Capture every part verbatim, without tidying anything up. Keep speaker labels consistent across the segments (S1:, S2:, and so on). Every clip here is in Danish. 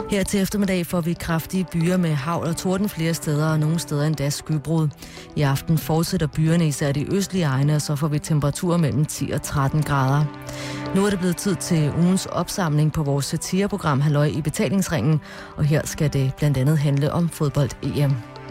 S1: Her til eftermiddag får vi kraftige byer med hagl og torden flere steder, og nogle steder endda skybrud. I aften fortsætter byerne især de østlige egne, og så får vi temperaturer mellem ti og tretten grader. Nu er det blevet tid til ugens opsamling på vores satireprogram Halløj i betalingsringen, og her skal det blandt andet handle om fodbold-E M.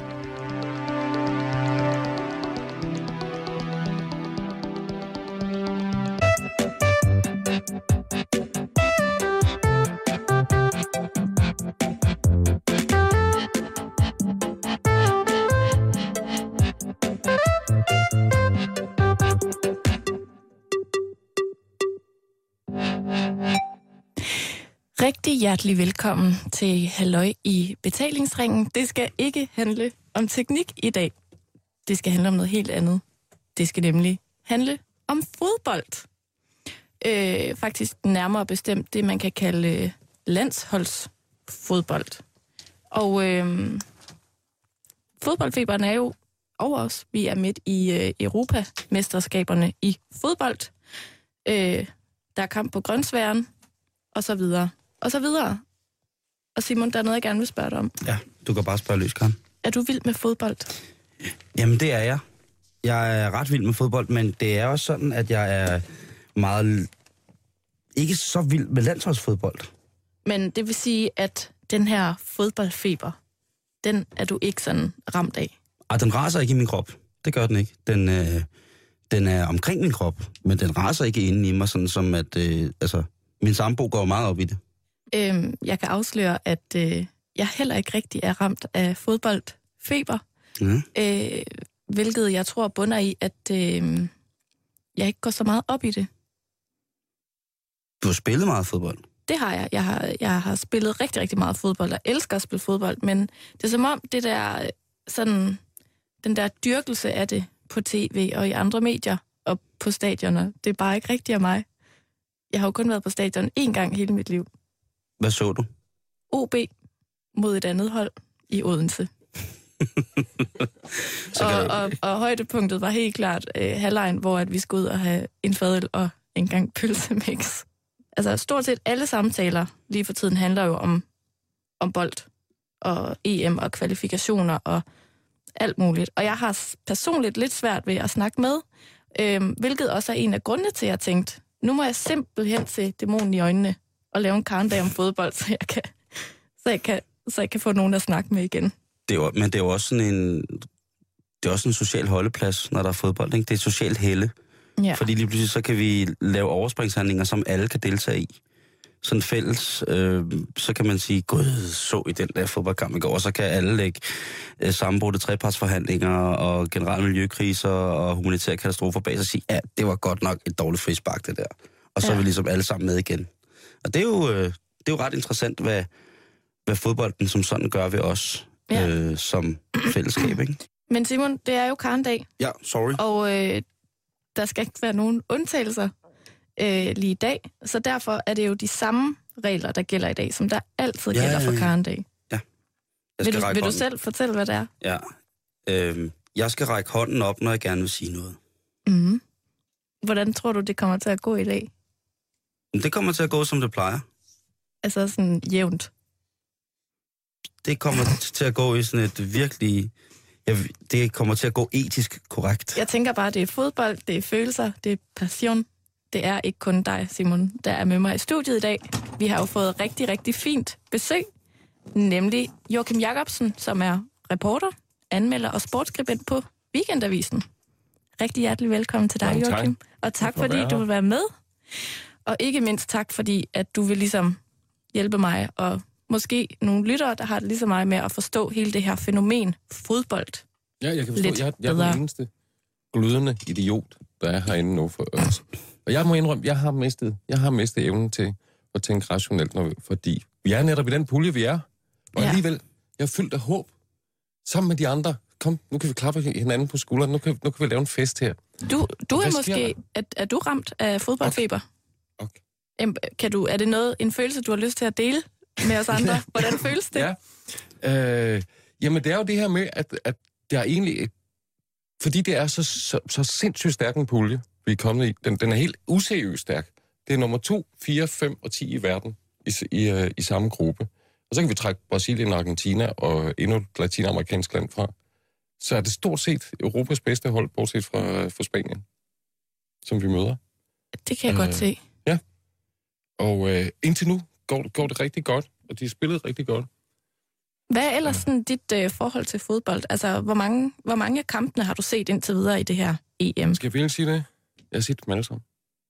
S2: Rigtig hjertelig velkommen til Halløj i betalingsringen. Det skal ikke handle om teknik i dag. Det skal handle om noget helt andet. Det skal nemlig handle om fodbold. Øh, faktisk nærmere bestemt det, man kan kalde øh, landsholdsfodbold. Og øh, fodboldfeberen er jo over os. Vi er midt i øh, Europamesterskaberne i fodbold. Øh, der er kamp på grønsværen, og så videre. Og så videre. Og Simon, der er noget, jeg gerne vil spørge dig om.
S3: Ja, du kan bare spørge løs, Karen.
S2: Er du vild med fodbold?
S3: Jamen, det er jeg. Jeg er ret vild med fodbold, men det er også sådan, at jeg er meget... ikke så vild med landsholdsfodbold. Men
S2: det vil sige, at den her fodboldfeber, den er du ikke sådan ramt af?
S3: Ej, den raser ikke i min krop. Det gør den ikke. Den, øh, den er omkring min krop, men den raser ikke inde i mig, sådan som at... Øh, altså, min sambo går meget op i det.
S2: Øhm, jeg kan afsløre, at øh, jeg heller ikke rigtig er ramt af fodboldfeber. Mm. Øh, hvilket jeg tror bunder i, at øh, jeg ikke går så meget op i det.
S3: Du har spillet meget fodbold?
S2: Det har jeg. Jeg har, jeg har spillet rigtig, rigtig meget fodbold, og elsker at spille fodbold, men det er som om, det der, sådan, den der dyrkelse af det på tv og i andre medier og på stadioner, det er bare ikke rigtigt af mig. Jeg har jo kun været på stadion én gang hele mit liv.
S3: Hvad så du?
S2: O B mod et andet hold i Odense. og, og, og højdepunktet var helt klart øh, halvlejen, hvor at vi skulle ud og have en fadøl og en gang pølsemix. Altså stort set alle samtaler lige for tiden handler jo om, om bold og E M og kvalifikationer og alt muligt. Og jeg har personligt lidt svært ved at snakke med, øh, hvilket også er en af grundene til, at jeg tænkte, nu må jeg simpelthen se dæmonen i øjnene og lave en karndag om fodbold, så jeg kan, så jeg kan, så jeg kan få nogen at snakke med igen.
S3: Det er jo, men det er jo også sådan en, det er også en social holdeplads, når der er fodbold, ikke? Det er et socialt helle. Ja. Fordi lige pludselig så kan vi lave overspringshandlinger, som alle kan deltage i. Sådan fælles, øh, så kan man sige, gud, så i den der fodboldkamp i går, og så kan alle lægge øh, sammenbrudte trepartsforhandlinger og generelle miljøkriser og humanitære katastrofer bag sig og sige, ja, det var godt nok et dårligt frispark, det der. Og så ja. Er vi ligesom alle sammen med igen. Og det er jo, øh, det er jo ret interessant, hvad, hvad fodbolden som sådan gør ved os ja. øh, som fællesskab, ikke?
S2: Men Simon, det er jo karndag.
S3: Ja, sorry.
S2: Og øh, der skal ikke være nogen undtagelser øh, lige i dag. Så derfor er det jo de samme regler, der gælder i dag, som der altid ja, gælder for karndag.
S3: Ja.
S2: Vil, du, vil du selv fortælle, hvad det er?
S3: Ja. Øh, jeg skal række hånden op, når jeg gerne vil sige noget.
S2: Mm. Hvordan tror du, det kommer til at gå i dag?
S3: Det kommer til at gå, som det plejer.
S2: Altså sådan jævnt?
S3: Det kommer til at gå i sådan et virkelig... Ja, det kommer til at gå etisk korrekt.
S2: Jeg tænker bare, det er fodbold, det er følelser, det er passion. Det er ikke kun dig, Simon, der er med mig i studiet i dag. Vi har jo fået rigtig, rigtig fint besøg, nemlig Joachim Jacobsen, som er reporter, anmelder og sportsskribent på Weekendavisen. Rigtig hjertelig velkommen til dig, Joachim. Og tak, fordi du vil være med. Og ikke mindst tak, fordi at du vil ligesom hjælpe mig, og måske nogle lyttere, der har det ligesom mig med at forstå hele det her fænomen fodbold.
S4: Ja, jeg kan forstå, jeg, jeg er den eneste glødende idiot, der er herinde nu for os. Og jeg må indrømme, jeg har mistet, jeg har mistet evnen til at tænke rationelt, når vi, fordi vi er netop i den pulje, vi er. Og ja. Alligevel, jeg er fyldt af håb. Sammen med de andre. Kom, nu kan vi klappe hinanden på skulderen. Nu kan, nu kan vi lave en fest her.
S2: Du, du er måske... Er, er du ramt af fodboldfeber?
S4: Okay. okay.
S2: Kan du, er det noget, en følelse, du har lyst til at dele med os andre? Hvordan føles det?
S4: Ja. Øh, jamen, det er jo det her med, at, at der er egentlig... Fordi det er så, så, så sindssygt stærk en pulje, vi er kommet i. Den, den er helt useriøst stærk. Det er nummer to, fire, fem og ti i verden i, i, i samme gruppe. og så kan vi trække Brasilien, Argentina og endnu et latinamerikansk land fra, så er det stort set Europas bedste hold, bortset fra, fra Spanien, som vi møder.
S2: Det kan jeg øh, godt se.
S4: Ja, og øh, indtil nu går, går det rigtig godt, og de har spillet rigtig godt.
S2: Hvad er ellers sådan dit øh, forhold til fodbold? Altså, hvor mange, hvor mange af kampene har du set indtil videre i det her E M?
S4: Skal jeg virkelig sige det? Jeg har set dem alle sammen.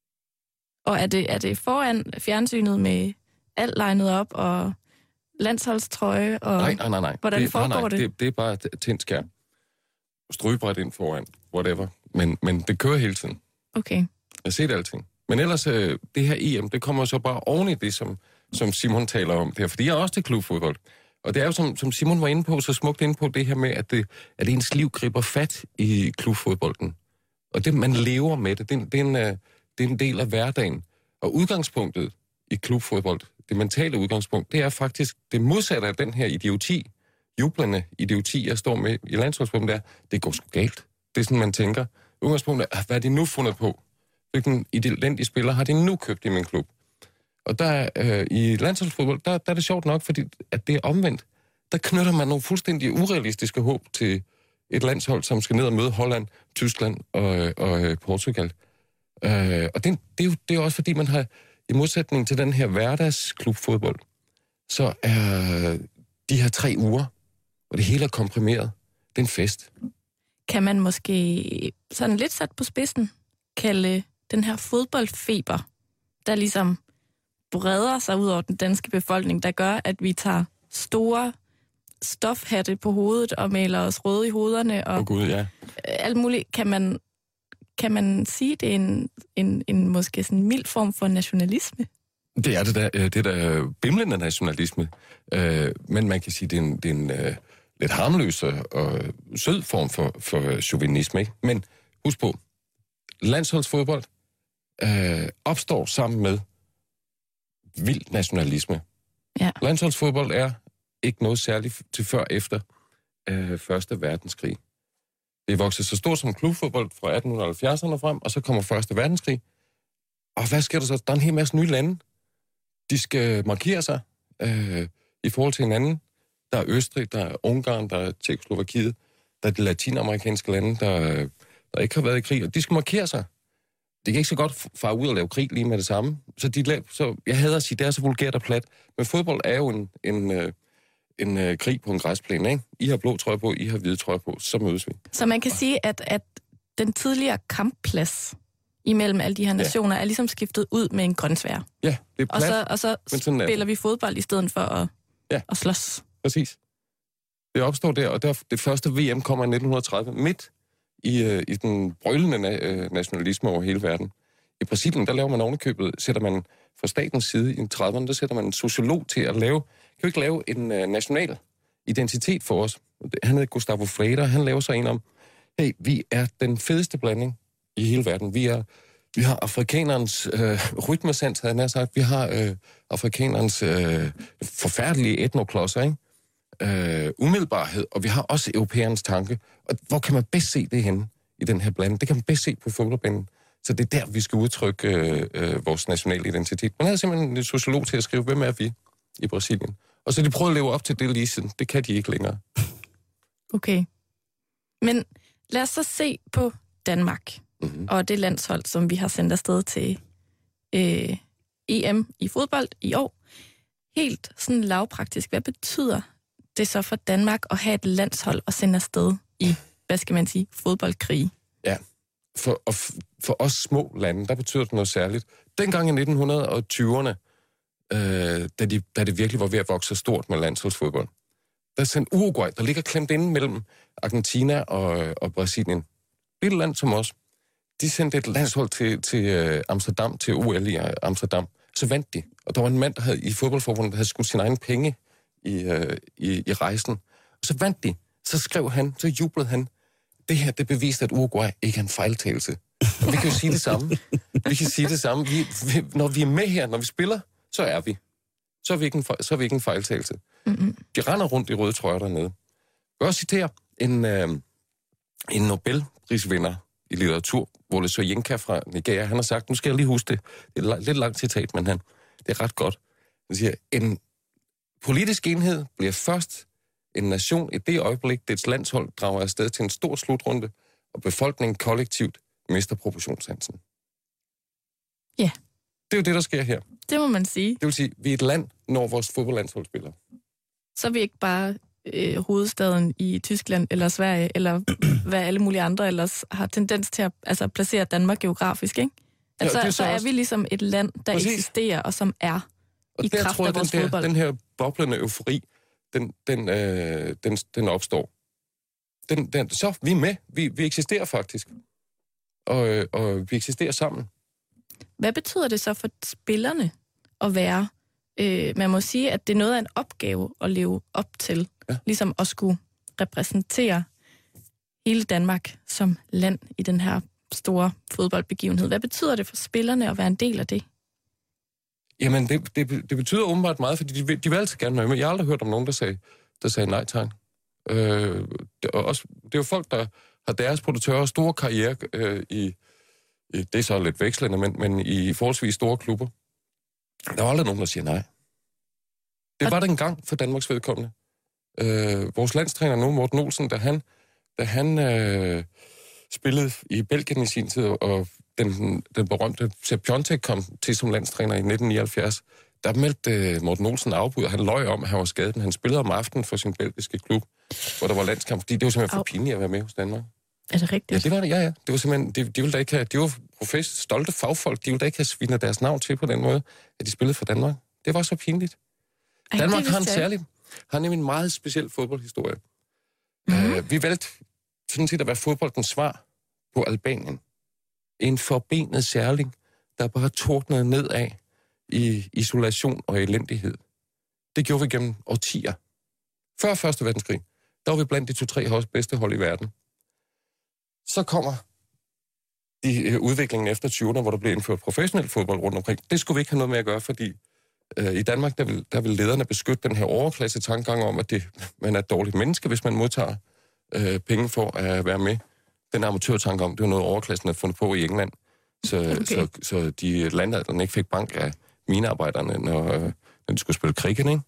S2: Og er det, er det foran fjernsynet med alt legnet op og landsholdstrøje? Og
S4: nej, nej, nej, nej.
S2: Hvordan
S4: det,
S2: foregår
S4: nej, nej.
S2: det?
S4: det? Det er bare tændt skærm. Strygebræt ind foran, whatever. Men, men det kører hele tiden.
S2: Okay.
S4: Jeg har set alting. Men ellers, øh, det her E M, det kommer så bare oven i det, som, som Simon taler om der. Fordi jeg er også til klubfodbold. Og det er jo, som, som Simon var inde på, så smukt inde på det her med, at, det, at ens liv griber fat i klubfodbolden. Og det, man lever med det, det, det, er en, det er en del af hverdagen. Og udgangspunktet i klubfodbold, det mentale udgangspunkt, det er faktisk det modsatte af den her idioti, jublende idioti, jeg står med i landsholdsfodbolden, der, det går sgu galt. Det er sådan, man tænker. Udgangspunktet er, hvad er de nu fundet på? Hvilken elendige spiller har de nu købt i min klub? Og der øh, i landsholdsfodbold, der, der er det sjovt nok, fordi at det er omvendt. Der knytter man nogle fuldstændig urealistiske håb til et landshold, som skal ned og møde Holland, Tyskland og, og Portugal. Øh, og det, det, er jo, det er også fordi, man har, i modsætning til den her hverdagsklubfodbold, så er de her tre uger, og det hele er komprimeret. Det er en fest.
S2: Kan man måske sådan lidt sat på spidsen kalde den her fodboldfeber, der ligesom breder sig ud over den danske befolkning, der gør, at vi tager store stofhatte på hovedet og maler os røde i hovederne og
S4: oh, Gud, ja.
S2: alt muligt. Kan man, kan man sige, det er en, en, en måske sådan mild form for nationalisme?
S4: Det er det der, det er der bimlende nationalisme, men man kan sige, det er en, det er en uh, lidt harmløs og sød form for, for chauvinisme, ikke? Men husk på, landsholdsfodbold uh, opstår sammen med vild nationalisme.
S2: Ja.
S4: Landsholdsfodbold er ikke noget særligt til før efter øh, Første Verdenskrig. Det voksede så stort som klubfodbold fra atten halvfjerdserne frem, og så kommer Første Verdenskrig. Og hvad sker der så? Der er en hel masse nye lande. De skal markere sig øh, i forhold til hinanden. Der er Østrig, der er Ungarn, der er Tjekkoslovakiet, der er de latinamerikanske lande, der, der ikke har været i krig, og de skal markere sig. Det kan ikke så godt fare ud og lave krig lige med det samme. Så, de lav, så jeg hader at sige, det er så vulgært og plat. Men fodbold er jo en, en, en, en uh, krig på en græsplæne, ikke? I har blå trøje på, I har hvide trøje på, så mødes vi.
S2: Så man kan sige, at, at den tidligere kampplads imellem alle de her nationer ja. er ligesom skiftet ud med en grønsvær.
S4: Ja, det er plat.
S2: Og så, og så spiller vi fodbold i stedet for at, ja. at slås.
S4: Præcis. Det opstår der, og der, det første V M kommer i nitten tredive, midt i, øh, i den brølende na- nationalisme over hele verden. I Brasilien, der laver man ovenikøbet, sætter man fra statens side i trediverne, der sætter man en sociolog til at lave, kan jo ikke lave en uh, national identitet for os. Han hedder Gustavo Freire, han laver så en om, hey, vi er den fedeste blanding i hele verden. Vi er vi har afrikanernes øh, rytmesans, havde han sagt. Vi har øh, afrikanernes øh, forfærdelige etnoklodser, ikke? Øh, umiddelbarhed, og vi har også europæernes tanke. Og hvor kan man bedst se det henne i den her blanding? Det kan man bedst se på fodboldbanen. Så det er der, vi skal udtrykke øh, øh, vores nationale identitet. Man havde simpelthen en sociolog til at skrive, hvem er vi i Brasilien? Og så de prøvede at leve op til det lige siden. Det kan de ikke længere.
S2: Okay. Men lad os så se på Danmark mm-hmm. og det landshold, som vi har sendt afsted til øh, E M i fodbold i år. Helt sådan lavpraktisk. Hvad betyder det så for Danmark at have et landshold og sende afsted i, hvad skal man sige, fodboldkrig?
S4: Ja, for, og for os små lande, der betyder det noget særligt. Dengang i nitten tyverne, øh, da, de, da det virkelig var ved at vokse stort med landsholdsfodbold, der sendte Uruguay, der ligger klemt inde mellem Argentina og, og Brasilien. Et land som os. De sendte et landshold til, til Amsterdam, til O L i Amsterdam. Så vandt de. Og der var en mand, der havde, i fodboldforbundet, der havde skudt sin egen penge i, øh, i, i rejsen. Og så vandt de. Så skrev han, så jublede han. Det her, det beviste, at Uruguay ikke er en fejltagelse. Og vi kan jo sige det samme. Vi kan sige det samme. Vi, vi, når vi er med her, når vi spiller, så er vi. Så er vi ikke en, så er vi ikke en fejltagelse. Mm-hmm. De render rundt i røde trøjer dernede. Jeg vil også citere en, øh, en Nobelprisvinder i litteratur, Wole Soyinka fra Nigeria. Han har sagt, nu skal jeg lige huske det. Det er et lidt langt citat, men han, det er ret godt. Han siger, en politisk enhed bliver først en nation i det øjeblik, dets landshold drager afsted til en stor slutrunde, og befolkningen kollektivt mister proportionssansen.
S2: Ja.
S4: Det er jo det, der sker her.
S2: Det må man sige.
S4: Det vil sige, at vi er et land, når vores fodboldlandshold spiller.
S2: Så er vi ikke bare øh, hovedstaden i Tyskland eller Sverige, eller hvad alle mulige andre ellers har tendens til at altså, placere Danmark geografisk, ikke? Altså, ja, så, så er vi ligesom et land, der Præcis. eksisterer, og som er og i kraft af vores
S4: den der,
S2: fodbold.
S4: Den her boblende eufori, den, den, øh, den, den opstår. Den, den, så vi er med. Vi, vi eksisterer faktisk. Og, og vi eksisterer sammen.
S2: Hvad betyder det så for spillerne at være? Øh, man må sige, at det er noget af en opgave at leve op til. Ja. Ligesom at skulle repræsentere hele Danmark som land i den her store fodboldbegivenhed. Hvad betyder det for spillerne at være en del af det?
S4: Jamen, det, det, det betyder umiddelbart meget, fordi de, de vil altid gerne være med. Jeg har aldrig hørt om nogen, der sagde, der sagde nej tak. Øh, det, også, det er jo folk, der har deres produktører store karriere øh, i, i, det er så lidt vekslende, men, men i forholdsvis store klubber. Der var aldrig nogen, der siger nej. Det var det engang for Danmarks vedkommende. Øh, vores landstræner nu, Morten Olsen, da han, da han øh, spillede i Belgien i sin tid, og den, den berømte Sepp Piontek kom til som landstræner i nitten nioghalvfjerds, der meldte øh, Morten Olsen afbud, og han løj om, at han var skadet, men han spillede om aftenen for sin belgiske klub, hvor der var landskamp, fordi det var simpelthen for pinligt at være med hos Danmark.
S2: Er det rigtigt?
S4: Ja, det var det, ja, ja. Det var simpelthen, de, de ville da ikke have, de var professor, stolte fagfolk, de ville da ikke have svinet deres navn til på den måde, at de spillede for Danmark. Det var så pinligt. Ej, Danmark har en særlig, har nemlig en meget speciel fodboldhistorie. Mm-hmm. Uh, vi valgte sådan set at være fodboldens svar på Albanien. En forbenet særling, der bare tordnede nedad i isolation og elendighed. Det gjorde vi gennem årtier. Før Første Verdenskrig, der var vi blandt de to-tre bedste hold i verden. Så kommer de, øh, udviklingen efter tyverne, hvor der blev indført professionel fodbold rundt omkring. Det skulle vi ikke have noget med at gøre, fordi øh, i Danmark, der vil, der vil lederne beskytte den her overklasse tankegang om, at det, man er et dårligt menneske, hvis man modtager øh, penge for at være med. Den amatørtanke om, det var noget overklassen havde fundet på i England. Så, okay. så, så de landadlerne ikke fik bank af minearbejderne, når, øh, når de skulle spille cricket, ikke?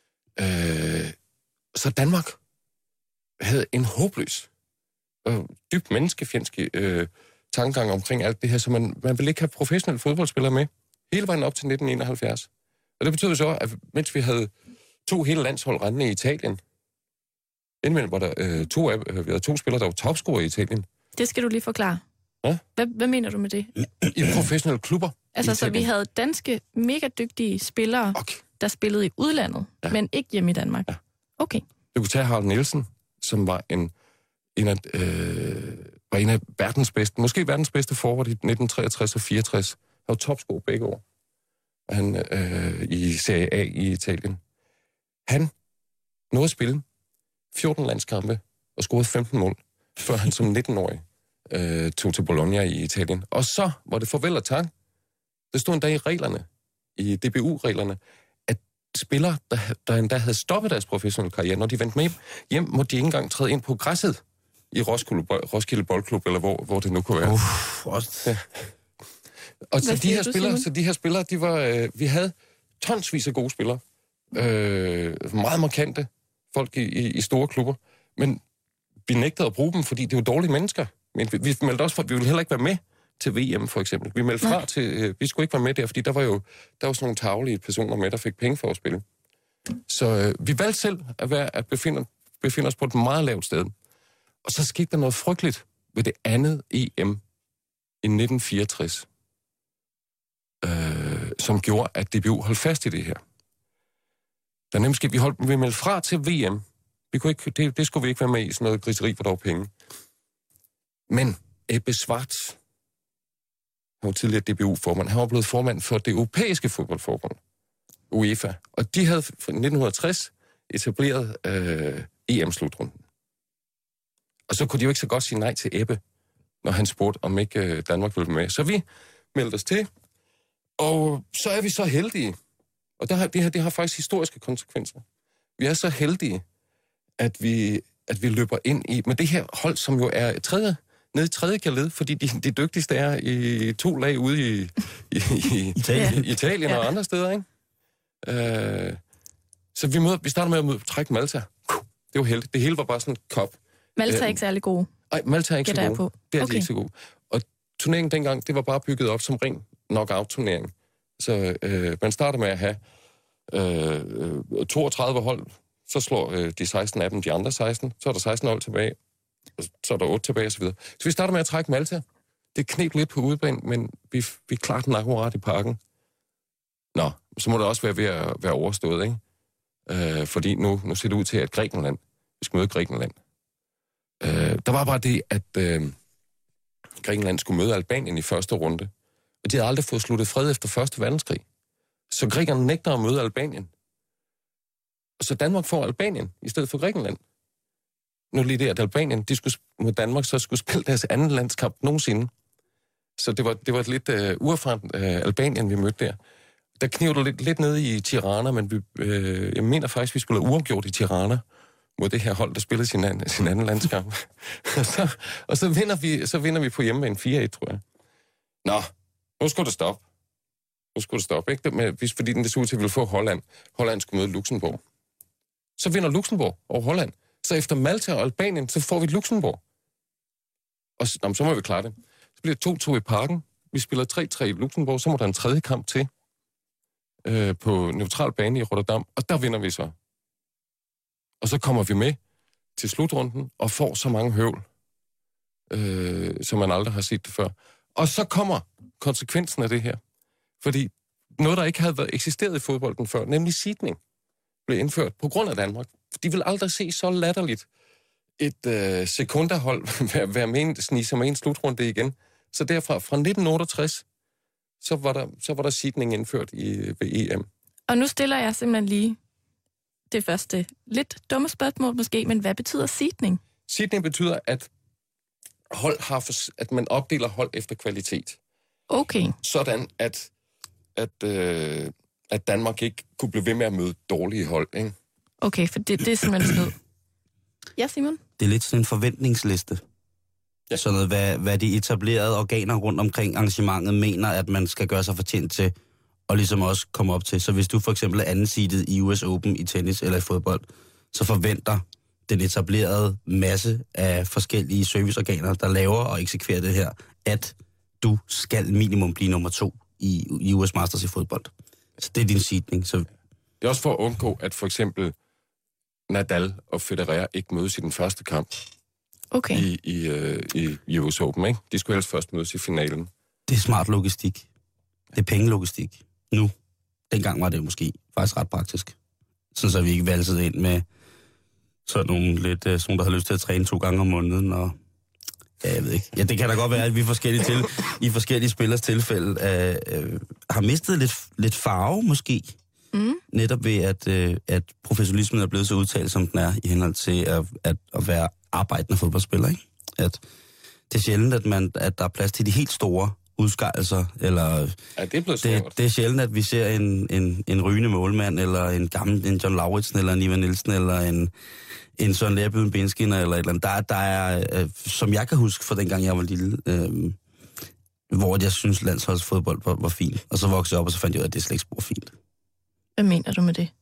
S4: Øh, så Danmark havde en håbløs og dybt menneskefjendske øh, tankegang omkring alt det her, så man, man ville ikke have professionelle fodboldspillere med hele vejen op til nitten enoghalvfjerds. Og det betød så, at mens vi havde to hele landshold rendende i Italien, indimellem var der øh, to, af, øh, vi havde to spillere, der var topscorer i Italien.
S2: Det skal du lige forklare.
S4: Ja?
S2: Hvad, hvad mener du med det?
S4: I professionelle klubber.
S2: Altså, så vi havde danske, mega dygtige spillere, okay. der spillede i udlandet, ja. men ikke hjemme i Danmark. Ja. Okay.
S4: Du kunne tage Harald Nielsen, som var en, en, af, øh, var en af verdens bedste, måske verdens bedste forward i nitten treogtres og fireogtres. Han var topscorer begge år. Han øh, i Serie A i Italien. Han nåede at spille fjorten landskampe og scorede femten mål, før han som nitten-årig øh, tog til Bologna i Italien. Og så var det farvel og tak. Det stod endda i reglerne, i D B U-reglerne, at spillere, der, der endda havde stoppet deres professionelle karriere, når de vendte med hjem, måtte de ikke engang træde ind på græsset i Roskilde, Roskilde Boldklub, eller hvor, hvor det nu kunne være.
S3: Uff, ja.
S4: Og så de, her spillere, så de her spillere, de var, øh, vi havde tonsvis af gode spillere. Øh, meget markante folk i, i, i store klubber. Men vi nægtede at bruge dem, fordi det var dårlige mennesker. Men vi, vi meldte også fra, vi ville heller ikke være med til V M, for eksempel. Vi meldte fra Nej. til, øh, vi skulle ikke være med der, fordi der var jo der var sådan nogle tarvelige personer med, der fik penge for at spille. Så øh, vi valgte selv at, være, at befinde, befinde os på et meget lavt sted. Og så skete der noget frygteligt ved det andet E M i nitten fireogtres, øh, som gjorde, at D B U holdt fast i det her. Der nemlig, vi, holdt, vi meldte fra til V M. Vi kunne ikke, det, det skulle vi ikke være med i, sådan noget griseri, hvor der var penge. Men Ebbe Schwartz, han var tidligere D B U-formand, han var blevet formand for det europæiske fodboldforbund, UEFA. Og de havde fra nitten tres etableret øh, E M-slutrunden. Og så kunne de jo ikke så godt sige nej til Ebbe, når han spurgte, om ikke øh, Danmark ville være med. Så vi meldte os til, og så er vi så heldige, og der har, det her det har faktisk historiske konsekvenser. Vi er så heldige, at vi, at vi løber ind i, med det her hold, som jo er tredje, nede i tredje kaled, fordi de, de dygtigste er i to lag ude i, i, i Italien, i Italien ja. og andre steder, ikke? Øh, Så vi, møder, vi starter med at møde, trække Malta. Det var heldigt. Det hele var bare sådan en kop.
S2: Malta er ikke særlig gode.
S4: Nej, Malta er ikke så gode. Det er okay. ikke så gode. Og turneringen dengang, det var bare bygget op som ren knockout-turnering. Så øh, man starter med at have øh, toogtredive hold, så slår øh, de seksten af dem de andre seksten, så er der seksten hold tilbage, og så er der otte tilbage osv. Så vi starter med at trække Malta. Det kneb lidt på udebane, men vi, vi klarede den akkurat i parken. Nå, så må det også være ved at være overstået, ikke? Øh, fordi nu, nu ser det ud til, at Grækenland, vi skal møde Grækenland. Øh, der var bare det, at øh, Grækenland skulle møde Albanien i første runde, og de havde aldrig fået sluttet fred efter første verdenskrig. Så grækerne nægter at møde Albanien. Og så Danmark får Albanien i stedet for Grækenland. Nu lige det, at Albanien, de skulle mod Danmark, så skulle spille deres anden landskamp nogensinde. Så det var, det var et lidt uh, uerfarent uh, Albanien, vi mødte der. Der kniver du lidt, lidt nede i Tirana, men vi, uh, jeg mener faktisk, vi spiller uafgjort i Tirana mod det her hold, der spiller sin, an, sin anden landskamp. og så, og så, vinder vi, så vinder vi på hjemmebane fire et, tror jeg. Nå, nu skulle det stoppe. Nu skulle det stoppe, ikke? Med, fordi den det så ud til, at vi ville få Holland. Holland skulle møde Luxembourg. Så vinder Luxembourg over Holland. Så efter Malta og Albanien, så får vi Luxembourg. Og så, jamen, så må vi klare det. Så bliver det to to i parken. Vi spiller tre tre i Luxembourg. Så må der en tredje kamp til øh, på neutral bane i Rotterdam. Og der vinder vi så. Og så kommer vi med til slutrunden og får så mange høvl, øh, som man aldrig har set det før. Og så kommer konsekvensen af det her. Fordi noget, der ikke havde været eksisteret i fodbolden før, nemlig seedning, blev indført på grund af Danmark. De vil aldrig se så latterligt et øh, sekunderhold være, være med en, snige sig med en slutrunde igen. Så derfra, fra nitten otteogtres, så var der, så var der seedning indført i, ved E M. Og
S2: nu stiller jeg simpelthen lige det første lidt dumme spørgsmål måske, men hvad betyder seedning?
S4: Seedning betyder, at hold har for, at man opdeler hold efter kvalitet.
S2: Okay.
S4: Sådan, at, at, øh, at Danmark ikke kunne blive ved med at møde dårlige hold, ikke?
S2: Okay, for det, det er simpelthen sådan. Ja, Simon?
S3: Det er lidt sådan en forventningsliste. Ja. Sådan noget, hvad, hvad de etablerede organer rundt omkring arrangementet mener, at man skal gøre sig fortjent til, og ligesom også komme op til. Så hvis du for eksempel er andenseedet i U S Open i tennis eller i fodbold, så forventer den etablerede masse af forskellige serviceorganer, der laver og eksekverer det her, at du skal minimum blive nummer to i, i U S Masters i fodbold. Så det er din seedning. Så...
S4: Det er også for at undgå, at for eksempel Nadal og Federer ikke mødes i den første kamp
S2: okay.
S4: i, i, øh, i U S Open, ikke? De skulle helst først mødes i finalen.
S3: Det er smart logistik. Det er pengelogistik. Nu. Dengang var det måske faktisk ret praktisk. Sådan så vi ikke valgte ind med sådan nogle lidt, sådan nogle, der har lyst til at træne to gange om måneden, og ja, jeg ved ikke. Ja, det kan da godt være, at vi forskellige til, i forskellige spillers tilfælde øh, øh, har mistet lidt, lidt farve, måske. Mm. Netop ved, at, øh, at professionalismen er blevet så udtalt, som den er, i henhold til at, at, at være arbejdende fodboldspiller, ikke? At det er sjældent, at, man, at der er plads til de helt store udskejelser, eller...
S4: Ja, det er blevet
S3: det, det er sjældent, at vi ser en, en, en rygende målmand, eller en gammel en John Lauritsen, eller en Ivan Nielsen, eller en, en Søren Lerby, en benskinner, eller et eller andet. Der, der er, øh, som jeg kan huske fra dengang, jeg var lille, øh, hvor jeg synes, landsholdsfodbold var, var fint. Og så voksede jeg op, og så fandt jeg ud af, at det er slet ikke spor fint.
S2: Hvad mener du med det?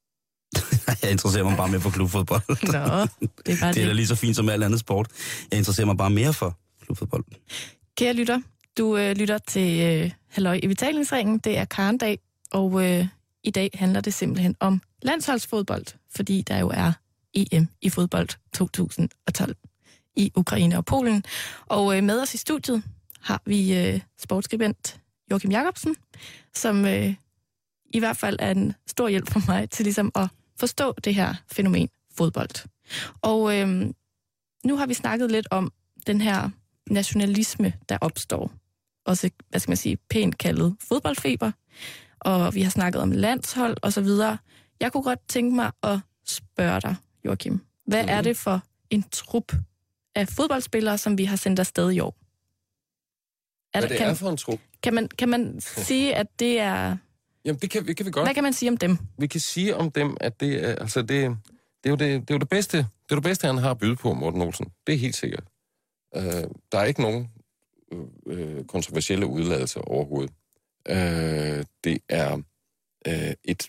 S3: Jeg interesserer mig bare mere for klubfodbold.
S2: Nå, det er bare
S3: det. Er da lige så fint som alt andet sport. Jeg interesserer mig bare mere for klubfodbold.
S2: Kære lytter, du øh, lytter til øh, Halløj i betalingsringen. Det er Karen dag, og øh, i dag handler det simpelthen om landsholdsfodbold, fordi der jo er E M i fodbold to tusind og tolv i Ukraine og Polen. Og øh, med os i studiet har vi øh, sportsskribent Joachim Jacobsen, som øh, i hvert fald er en stor hjælp for mig til ligesom at forstå det her fænomen fodbold. Og øh, nu har vi snakket lidt om den her nationalisme, der opstår. Også, hvad skal man sige, pænt kaldet fodboldfeber. Og vi har snakket om landshold og så videre. Jeg kunne godt tænke mig at spørge dig, Joachim. Hvad mm. er det for en trup af fodboldspillere, som vi har sendt afsted i år?
S4: Er Hvad det kan, er for en trup?
S2: Kan man, kan man sige, at det er...
S4: Jamen, det kan, det kan vi godt.
S2: Hvad kan man sige om dem?
S4: Vi kan sige om dem, at det er, altså det, det er jo det, det er jo det bedste, det er det bedste, han har at byde på, Morten Olsen. Det er helt sikkert. Uh, der er ikke nogen uh, kontroversielle udladelser overhovedet. Uh, det er uh, et,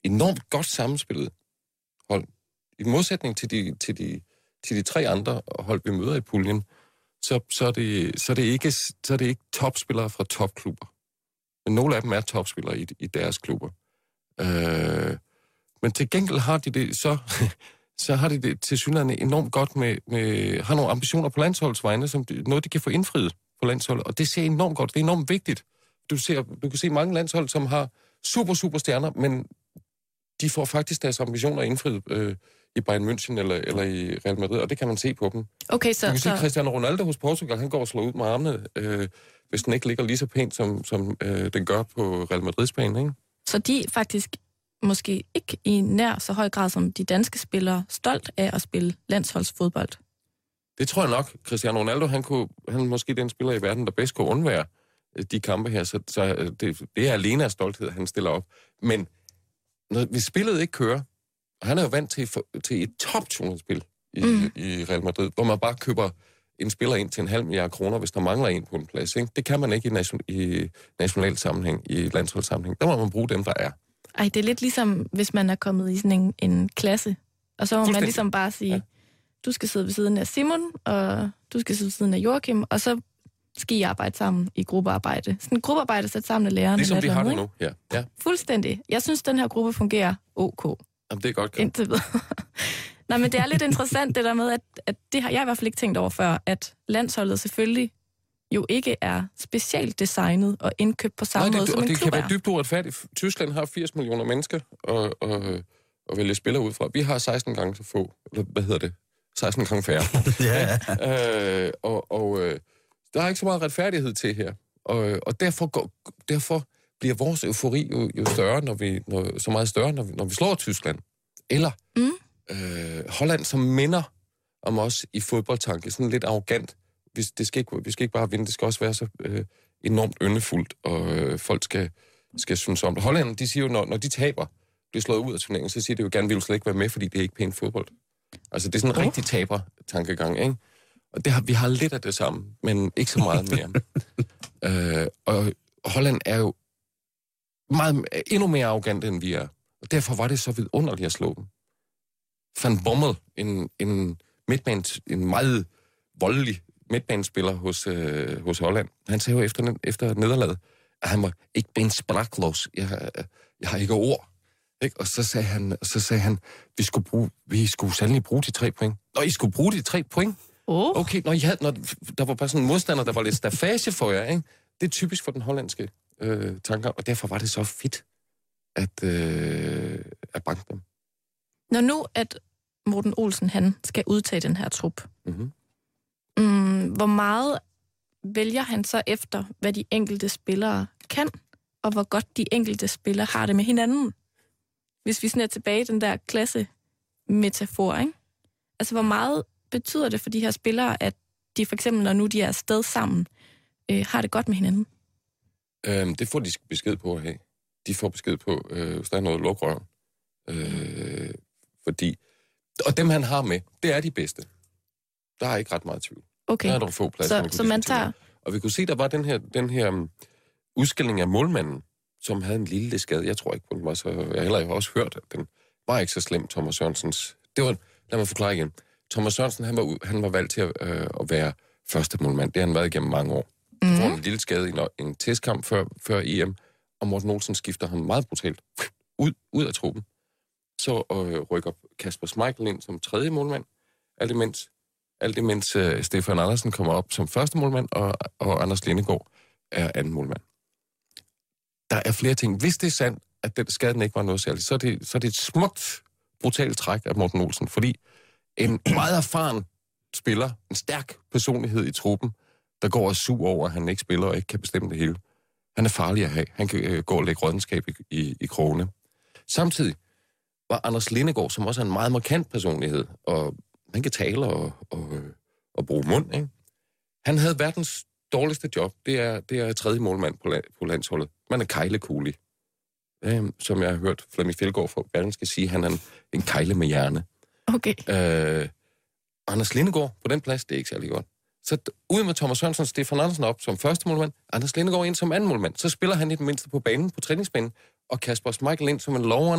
S4: enormt godt sammenspillet hold. I modsætning til de, til de, til de tre andre hold, vi møder i puljen, så, så, er, det, så, er, det ikke, så er det ikke topspillere fra topklubber. Men nogle af dem er topspillere i, i deres klubber. Øh, men til gengæld har de det, så, så har de det til synligheden enormt godt med, med, har nogle ambitioner på landsholdsvegne, som de, noget, de kan få indfriet på landsholdet, og det ser enormt godt, det er enormt vigtigt. Du, ser, du kan se mange landshold, som har super, super stjerner, men de får faktisk deres ambitioner indfriet øh, i Bayern München eller, eller i Real Madrid, og det kan man se på dem.
S2: Okay, så,
S4: du kan
S2: så...
S4: se Cristiano Ronaldo hos Portugal, han går og slår ud med armene, øh, hvis den ikke ligger lige så pænt, som, som øh, den gør på Real Madrids bane, ikke?
S2: Så de er faktisk måske ikke i nær så høj grad som de danske spillere stolt af at spille landsholdsfodbold?
S4: Det tror jeg nok. Cristiano Ronaldo, han, kunne, han er måske den spiller i verden, der bedst kunne undvære de kampe her, så, så det, det er alene af stolthed, han stiller op. Men når, hvis spillet ikke kører, og han er jo vant til, for, til et top-turneringsspil i, mm. i Real Madrid, hvor man bare køber en spiller ind til en halv milliard kroner, hvis der mangler en på en plads. Ikke? Det kan man ikke i, nation, i national sammenhæng, i landsholdssammenhæng. Der må man bruge dem, der er.
S2: Ej, det er lidt ligesom, hvis man er kommet i sådan en, en klasse, og så må man ligesom bare sige, ja. Du skal sidde ved siden af Simon, og du skal sidde ved siden af Joachim, og så skal I arbejde sammen i gruppearbejde. Sådan en gruppearbejde sat sammen af lærerne.
S4: Ligesom vi har det nu, ja. ja.
S2: Fuldstændig. Jeg synes, den her gruppe fungerer ok.
S4: Jamen, det er godt.
S2: Indtil videre. Nej, men det er lidt interessant det der med, at, at det har jeg i hvert fald ikke tænkt over før, at landsholdet selvfølgelig jo ikke er specielt designet og indkøbt på samme
S4: Nej, det,
S2: måde som en
S4: det
S2: klub
S4: kan
S2: er.
S4: være dybt uretfærdigt. Tyskland har firs millioner mennesker at, at, at vælge spillere ud fra. Vi har seksten gange så få, eller hvad hedder det? seksten gange færre. ja. øh, og og øh, der er ikke så meget retfærdighed til her. Og, og derfor, går, derfor bliver vores eufori jo, jo større, når vi, når, så meget større, når vi, når vi slår Tyskland. Eller mm. øh, Holland, som minder om os i fodboldtanke. Sådan lidt arrogant. Vi, det skal ikke, vi skal ikke bare vinde, det skal også være så øh, enormt yndefuldt, og øh, folk skal, skal synes om det. Holland, de siger jo, når, når de taber, bliver slået ud af turneringen, så siger de jo gerne, at vi vil slet ikke være med, fordi det er ikke pænt fodbold. Altså, det er sådan en oh. rigtig taber-tankegang, ikke? Og det har, vi har lidt af det samme, men ikke så meget mere. øh, og Holland er jo meget, endnu mere arrogant, end vi er. Og derfor var det så vidunderligt at slå dem. Van Bommel, en, en midtbane, en meget voldelig midtbanespiller hos, øh, hos Holland, han sagde jo efter, efter nederlaget, at han var ikke ben sprachlos. Jeg, jeg har ikke ord. Ikke? Og så sagde han, så sagde han, vi skulle bruge, vi skulle sandelig bruge de tre point. Nå, I skulle bruge de tre point?
S2: Oh.
S4: Okay, når, I havde, når der var bare sådan en modstander, der var lidt staffage for jer, ikke? Det er typisk for den hollandske øh, tanker, og derfor var det så fedt at, øh, at banke dem.
S2: Når nu, at Morten Olsen, han skal udtage den her trup,
S4: mm-hmm.
S2: mm, hvor meget vælger han så efter, hvad de enkelte spillere kan, og hvor godt de enkelte spillere har det med hinanden? Hvis vi sådan er tilbage i den der klasse-metafor, ikke? Altså, hvor meget betyder det for de her spillere, at de for eksempel, når nu de er afsted sammen, øh, har det godt med hinanden?
S4: Øhm, det får de besked på at have. De får besked på, øh, hvis der er noget lukrøven. Øh, fordi... Og dem, han har med, det er de bedste. Der er ikke ret meget tvivl.
S2: Okay.
S4: Der er der få pladser,
S2: så,
S4: man
S2: så man tager...
S4: Og vi kunne se, der var den her, den her um, udskilling af målmanden, som havde en lille skade. Jeg tror ikke, den var så... Jeg har heller også hørt, at den var ikke så slem, Thomas Sørensens. Det var... Lad mig forklare igen. Thomas Sørensen, han var, han var valgt til at, øh, at være første målmand. Det har han været igennem mange år. Mm. Han får en lille skade i en, en testkamp før, før E M, og Morten Olsen skifter ham meget brutalt ud, ud af truppen. Så øh, rykker Kasper Schmeichel ind som tredje målmand, alt imens, alt imens øh, Stefan Andersen kommer op som første målmand, og, og Anders Lindegaard er anden målmand. Der er flere ting. Hvis det er sandt, at den skaden ikke var noget særligt, så er det, så er det et smukt, brutalt træk af Morten Olsen, fordi en meget erfaren spiller, en stærk personlighed i truppen, der går og sur over, at han ikke spiller og ikke kan bestemme det hele. Han er farlig at have. Han kan øh, gå og lægge rådenskab i, i, i krogene. Samtidig var Anders Lindegaard, som også er en meget markant personlighed, og han kan tale og, og, og bruge mund, ikke? Han havde verdens dårligste job. Det er, det er tredje målmand på, på landsholdet. Man er kejlekulig. Øh, som jeg har hørt Flemming Fjeldgaard fra Berlingske sige, han er en, en kejle med hjerne.
S2: Okay.
S4: Øh, Anders Lindegaard på den plads, det er ikke særlig godt. Så ud med Thomas Sørensen og Stefan Andersen op som første målmand, Anders Lindegaard ind som anden målmand. Så spiller han i det mindste på banen, på træningsbanen, og Kasper Schmeichel ind som en lovende,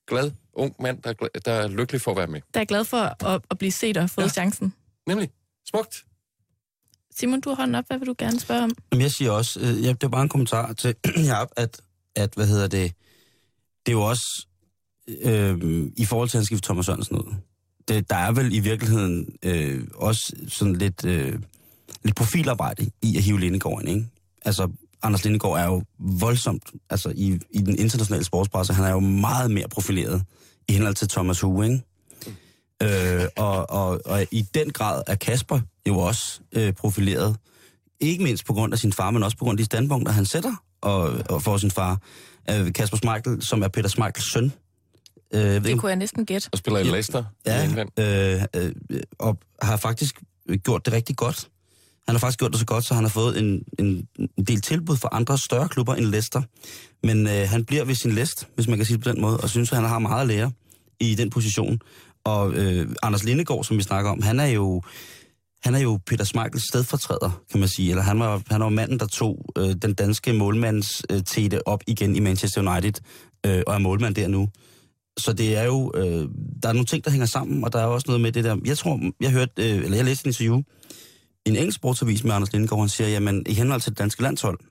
S4: glad, ung mand, der er, glad, der er lykkelig for at være med.
S2: Der er glad for at, at blive set og have fået ja. chancen.
S4: Nemlig. Smukt.
S2: Simon, du har hånden op. Hvad vil du gerne spørge om?
S3: Jamen, jeg siger også, øh, ja, det er bare en kommentar til Jaap, at, at, hvad hedder det, det er jo også, øh, i forhold til, at han skifter Thomas Sørensen ud. Det, der er vel i virkeligheden øh, også sådan lidt, øh, lidt profilarbejde i at hive Lindegaard ind, ikke? Altså, Anders Lindegaard er jo voldsomt, altså i, i den internationale sportspresse, han er jo meget mere profileret i henhold til Thomas Hue, ikke? Øh, og, og, og i den grad er Kasper jo også øh, profileret. Ikke mindst på grund af sin far, men også på grund af de standpunkter, han sætter og, og for sin far. Øh, Kasper Schmeichel, som er Peter Schmeichels søn. Øh,
S2: det
S3: ved,
S2: kunne jeg næsten gætte.
S4: Og spiller i Leicester.
S3: Ja, øh, øh, og har faktisk gjort det rigtig godt. Han har faktisk gjort det så godt, så han har fået en, en, en del tilbud fra andre større klubber end Leicester. Men øh, han bliver ved sin læst, hvis man kan sige det på den måde, og synes, at han har meget at lære i den position. Og øh, Anders Lindegaard, som vi snakker om, han er jo, han er jo Peter Schmeichels stedfortræder, kan man sige. Eller han var, han var manden, der tog øh, den danske målmands øh, tete op igen i Manchester United, øh, og er målmand der nu. Så det er jo, øh, der er nogle ting, der hænger sammen, og der er også noget med det der. Jeg tror, jeg hørte, øh, eller jeg læste en interview, en engelsk sportsavis med Anders Lindegaard, han siger, jamen i henhold til det danske landshold,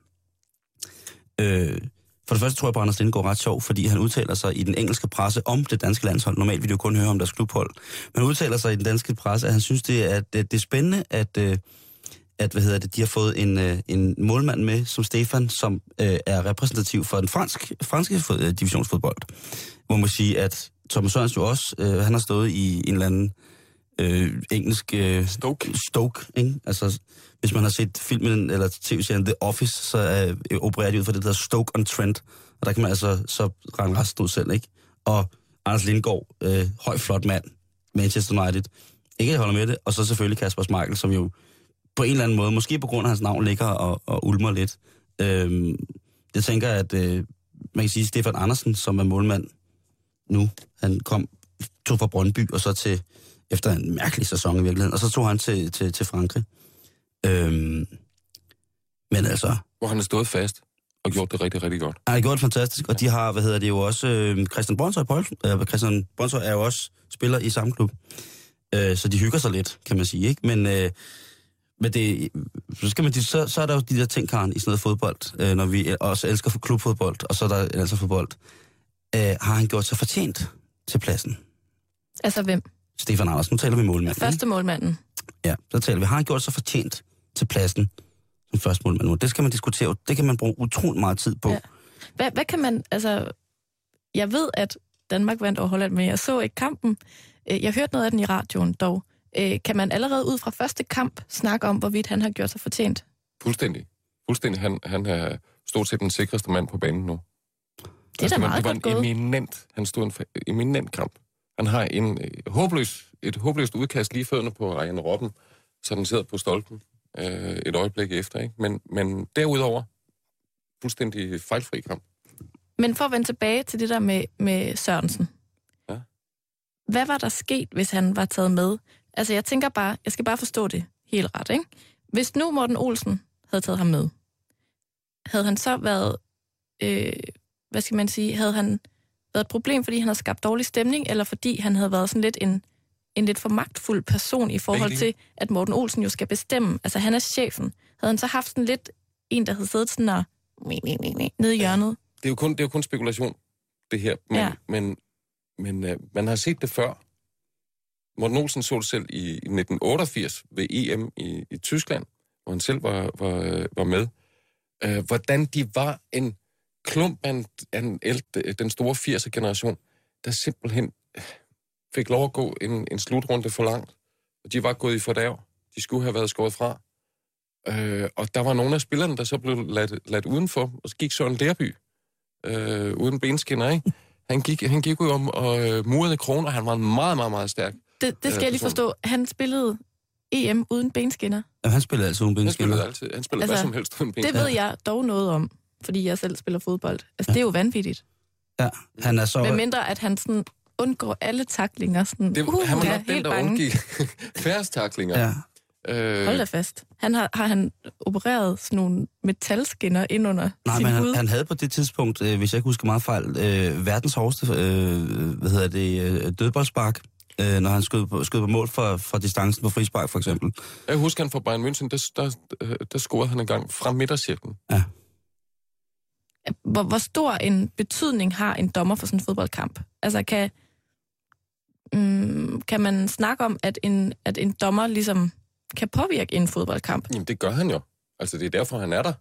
S3: øh, for det første tror jeg på, at Anders Lindegaard er ret sjov, fordi han udtaler sig i den engelske presse om det danske landshold. Normalt vil du kun høre om deres klubhold. Men han udtaler sig i den danske presse, at han synes, det er, at det er spændende, at, at hvad hedder det, de har fået en, en målmand med, som Stefan, som øh, er repræsentativ for den fransk, franske divisionsfodbold. Hvor man sige, at Thomas Sørensen jo også, øh, han har stået i en eller anden øh, engelsk... Øh,
S4: Stoke.
S3: Stoke, ikke? Altså... Hvis man har set filmen eller tv-serien The Office, så øh, opererer de ud fra det, der hedder Stoke-on-Trent. Og der kan man altså så rende resten ud selv, ikke? Og Anders Lindegaard, øh, høj, flot mand, Manchester United. Ikke jeg holder med det. Og så selvfølgelig Kasper Schmeichel, som jo på en eller anden måde, måske på grund af hans navn, ligger og, og ulmer lidt. Øh, jeg tænker, at øh, man kan sige, Stefan Andersen, som er målmand nu, han kom, tog fra Brøndby, og så til, efter en mærkelig sæson i virkeligheden, og så tog han til, til, til Frankrig. Øhm, men altså...
S4: Hvor han er stået fast og gjort det rigtig, rigtig godt.
S3: Han har gjort det fantastisk, og de har, hvad hedder det jo også, øh, Christian Brøndshøj Poulsen, øh, Christian Brøndshøj er jo også spiller i samme klub. Øh, så de hygger sig lidt, kan man sige, ikke? Men, øh, men det, så, skal man, så, så er der jo de der ting, Karen, i sådan noget fodbold, øh, når vi også elsker for klubfodbold, og så er der altså fodbold. Øh, har han gjort sig fortjent til pladsen?
S2: Altså hvem?
S3: Stefan Andersen. Nu taler vi målmanden.
S2: Første målmanden.
S3: Ja, så taler vi. Har han gjort sig fortjent til pladsen som første målmand nu? Det skal man diskutere. Det kan man bruge utrolig meget tid på. Ja.
S2: Hvad, hvad kan man... Altså, jeg ved, at Danmark vandt over Holland, men jeg så ikke kampen. Jeg hørte noget af den i radioen dog. Kan man allerede ud fra første kamp snakke om, hvorvidt han har gjort sig fortjent?
S4: Fuldstændig. Fuldstændig. Han, han er stort set den sikreste mand på banen nu.
S2: Det er altså, da meget godt gået.
S4: Det var en eminent, han stod en eminent kamp. Han har en, øh, håbløs, et håbløst udkast lige fødderne på Arjen Robben, så den sidder på stolpen øh, et øjeblik efter, ikke? Men, men derudover, fuldstændig fejlfri kamp.
S2: Men for at vende tilbage til det der med, med Sørensen.
S4: Ja.
S2: Hvad var der sket, hvis han var taget med? Altså, jeg tænker bare, jeg skal bare forstå det helt ret, ikke? Hvis nu Morten Olsen havde taget ham med, havde han så været, øh, hvad skal man sige, havde han været et problem, fordi han havde skabt dårlig stemning, eller fordi han havde været sådan lidt en, en lidt for magtfuld person i forhold til, at Morten Olsen jo skal bestemme. Altså, han er chefen. Havde han så haft sådan lidt en, der havde siddet sådan og nede i hjørnet?
S4: Det er jo kun, det er jo kun spekulation, det her. Men, ja. men, men uh, man har set det før. Morten Olsen så det selv i, i nitten otteogfirs ved E M i, i Tyskland, hvor han selv var, var, var med. Uh, hvordan de var en klump af en ældre, den store firser-generation, der simpelthen fik lov at gå en, en slutrunde for langt. Og de var gået i fordærv. De skulle have været skåret fra. Øh, og der var nogle af spillerne, der så blev ladt, ladt udenfor, og så gik Søren Lerby øh, uden benskinner, ikke? Han gik, han gik ud om og øh, murede kroner, han var meget, meget, meget stærk.
S2: Det, det skal øh, jeg lige forstå. Han spillede E M uden benskinner?
S3: Ja, han spillede altid uden benskinner.
S4: Han spillede, altid, han spillede altså, hvad som helst uden benskinner.
S2: Det ved jeg dog noget om, fordi jeg selv spiller fodbold. Altså, ja. Det er jo vanvittigt.
S3: Ja, han er så...
S2: Med mindre, at han sådan undgår alle taklinger. Sådan,
S4: det,
S2: uh,
S4: han var nok den, der undgik færrest taklinger.
S3: Ja.
S2: Øh... Hold da fast. Han har, har han opereret sådan nogle metalskinner ind under
S3: Nej,
S2: sin
S3: men han,
S2: hud?
S3: han havde på det tidspunkt, øh, hvis jeg ikke husker meget fejl, øh, verdens hårdeste øh, hvad hedder det, øh, dødboldspark, øh, når han skød på, skød på mål for, for distancen på frispark, for eksempel.
S4: Jeg husker han for Bayern München, der, der, der, der scorede han en gang fra midtercirklen.
S3: Ja.
S2: Hvor, hvor stor en betydning har en dommer for sådan en fodboldkamp? Altså, kan, mm, kan man snakke om, at en, at en dommer ligesom kan påvirke en fodboldkamp?
S4: Jamen, det gør han jo. Altså, det er derfor, han er der.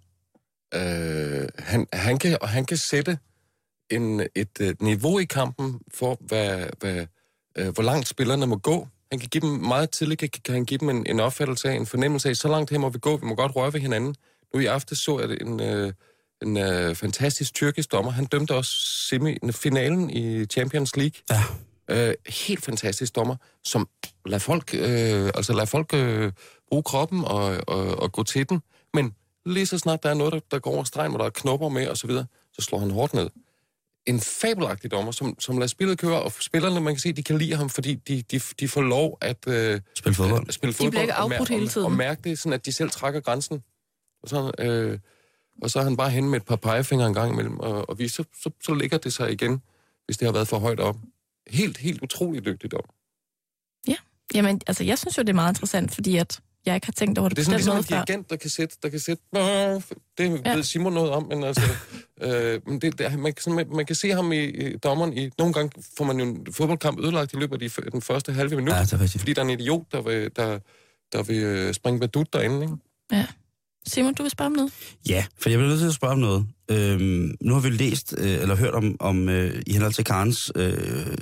S4: Øh, han, han, kan, og han kan sætte en, et, et niveau i kampen for, hvad, hvad, øh, hvor langt spillerne må gå. Han kan give dem meget tidligt, kan, kan han give dem en, en opfattelse af, en fornemmelse af, så langt her må vi gå, vi må godt røre ved hinanden. Nu i aften så jeg en, øh, en øh, fantastisk tyrkisk dommer. Han dømte også semifinalen i Champions League.
S3: Ja.
S4: Øh, helt fantastisk dommer, som lader folk, øh, altså lader folk øh, bruge kroppen og, og, og gå til den. Men lige så snart der er noget, der, der går over stregen, hvor der er knopper med osv., så, så slår han hårdt ned. En fabelagtig dommer, som, som lader spillet køre, og spillerne, man kan se, de kan lide ham, fordi de, de, de får lov at øh,
S3: spille fodbold.
S4: At spille fodbold.
S2: De bliver ikke afbrudt hele tiden.
S4: Og, og mærke det, sådan at de selv trækker grænsen. Og så, øh, og så er han bare hen med et par pegefingre en gang imellem, og, og vi, så, så, så ligger det sig igen, hvis det har været for højt op. Helt, helt utroligt dygtigt dommer.
S2: Ja, jamen, altså jeg synes jo, det er meget interessant, fordi at jeg ikke har tænkt over det.
S4: Det er sådan ligesom en dirigent, der kan sætte, der kan sætte, det
S2: ja.
S4: ved Simon noget om, men altså, øh, men det, det, man, sådan, man, man kan se ham i, i dommeren i, nogle gange får man jo en fodboldkamp ødelagt i løbet af de, den første halve minut,
S3: ja,
S4: fordi der er en idiot, der vil, der, der vil springe badut derinde, ikke?
S2: Ja. Simon, du vil spørge om noget?
S3: Ja, for jeg bliver nødt til at spørge om noget. Øhm, nu har vi læst, øh, eller hørt om, om øh, i henhold til Karens øh,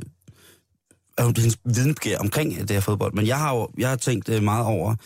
S3: hendes videnbegær omkring det her fodbold, men jeg har jo jeg har tænkt øh, meget over,